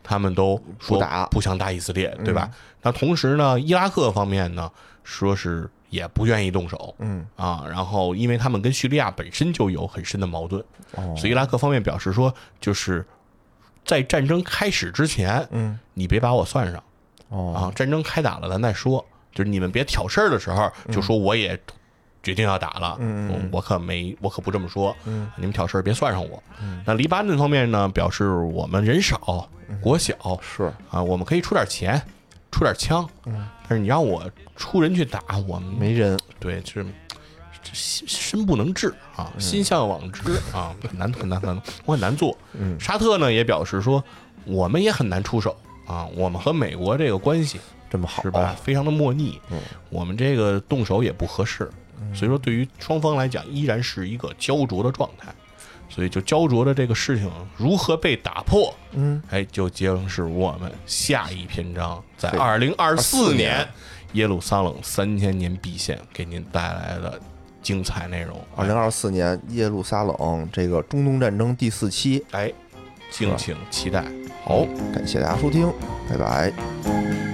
Speaker 2: 他们都说
Speaker 1: 不打
Speaker 2: 不想打以色列，对吧？那同时呢，伊拉克方面呢，说是也不愿意动手，
Speaker 1: 嗯
Speaker 2: 啊，然后因为他们跟叙利亚本身就有很深的矛盾，
Speaker 1: 哦
Speaker 2: 所以伊拉克方面表示说，就是在战争开始之前，
Speaker 1: 嗯
Speaker 2: 你别把我算上
Speaker 1: 哦
Speaker 2: 啊，战争开打了咱再说，就是你们别挑事儿的时候就说我也决定要打了，
Speaker 1: 嗯嗯
Speaker 2: 我我可没我可不这么说，
Speaker 1: 嗯
Speaker 2: 你们挑事儿别算上我。那黎巴嫩方面呢，表示我们人少国小
Speaker 1: 是
Speaker 2: 啊，我们可以出点钱，出点枪，
Speaker 1: 嗯
Speaker 2: 但是你让我出人去打，我们
Speaker 1: 没人
Speaker 2: 对，就是这心身不能至啊，心向往之啊，很难很难很难，我很难做。
Speaker 1: 嗯
Speaker 2: 沙特呢也表示说，我们也很难出手啊，我们和美国这个关系
Speaker 1: 这么好
Speaker 2: 是吧，非常的莫逆，
Speaker 1: 嗯
Speaker 2: 我们这个动手也不合适，所以说对于双方来讲，依然是一个焦灼的状态。所以就焦灼的这个事情如何被打破，
Speaker 1: 嗯
Speaker 2: 哎，就将是我们下一篇章，在
Speaker 1: 对
Speaker 2: 二零二四
Speaker 1: 年
Speaker 2: 年耶路撒冷三千年必现给您带来的精彩内容。
Speaker 1: 二零二四年耶路撒冷这个中东战争第四期，
Speaker 2: 哎，敬请期待。
Speaker 1: 好，感谢大家收听，拜拜。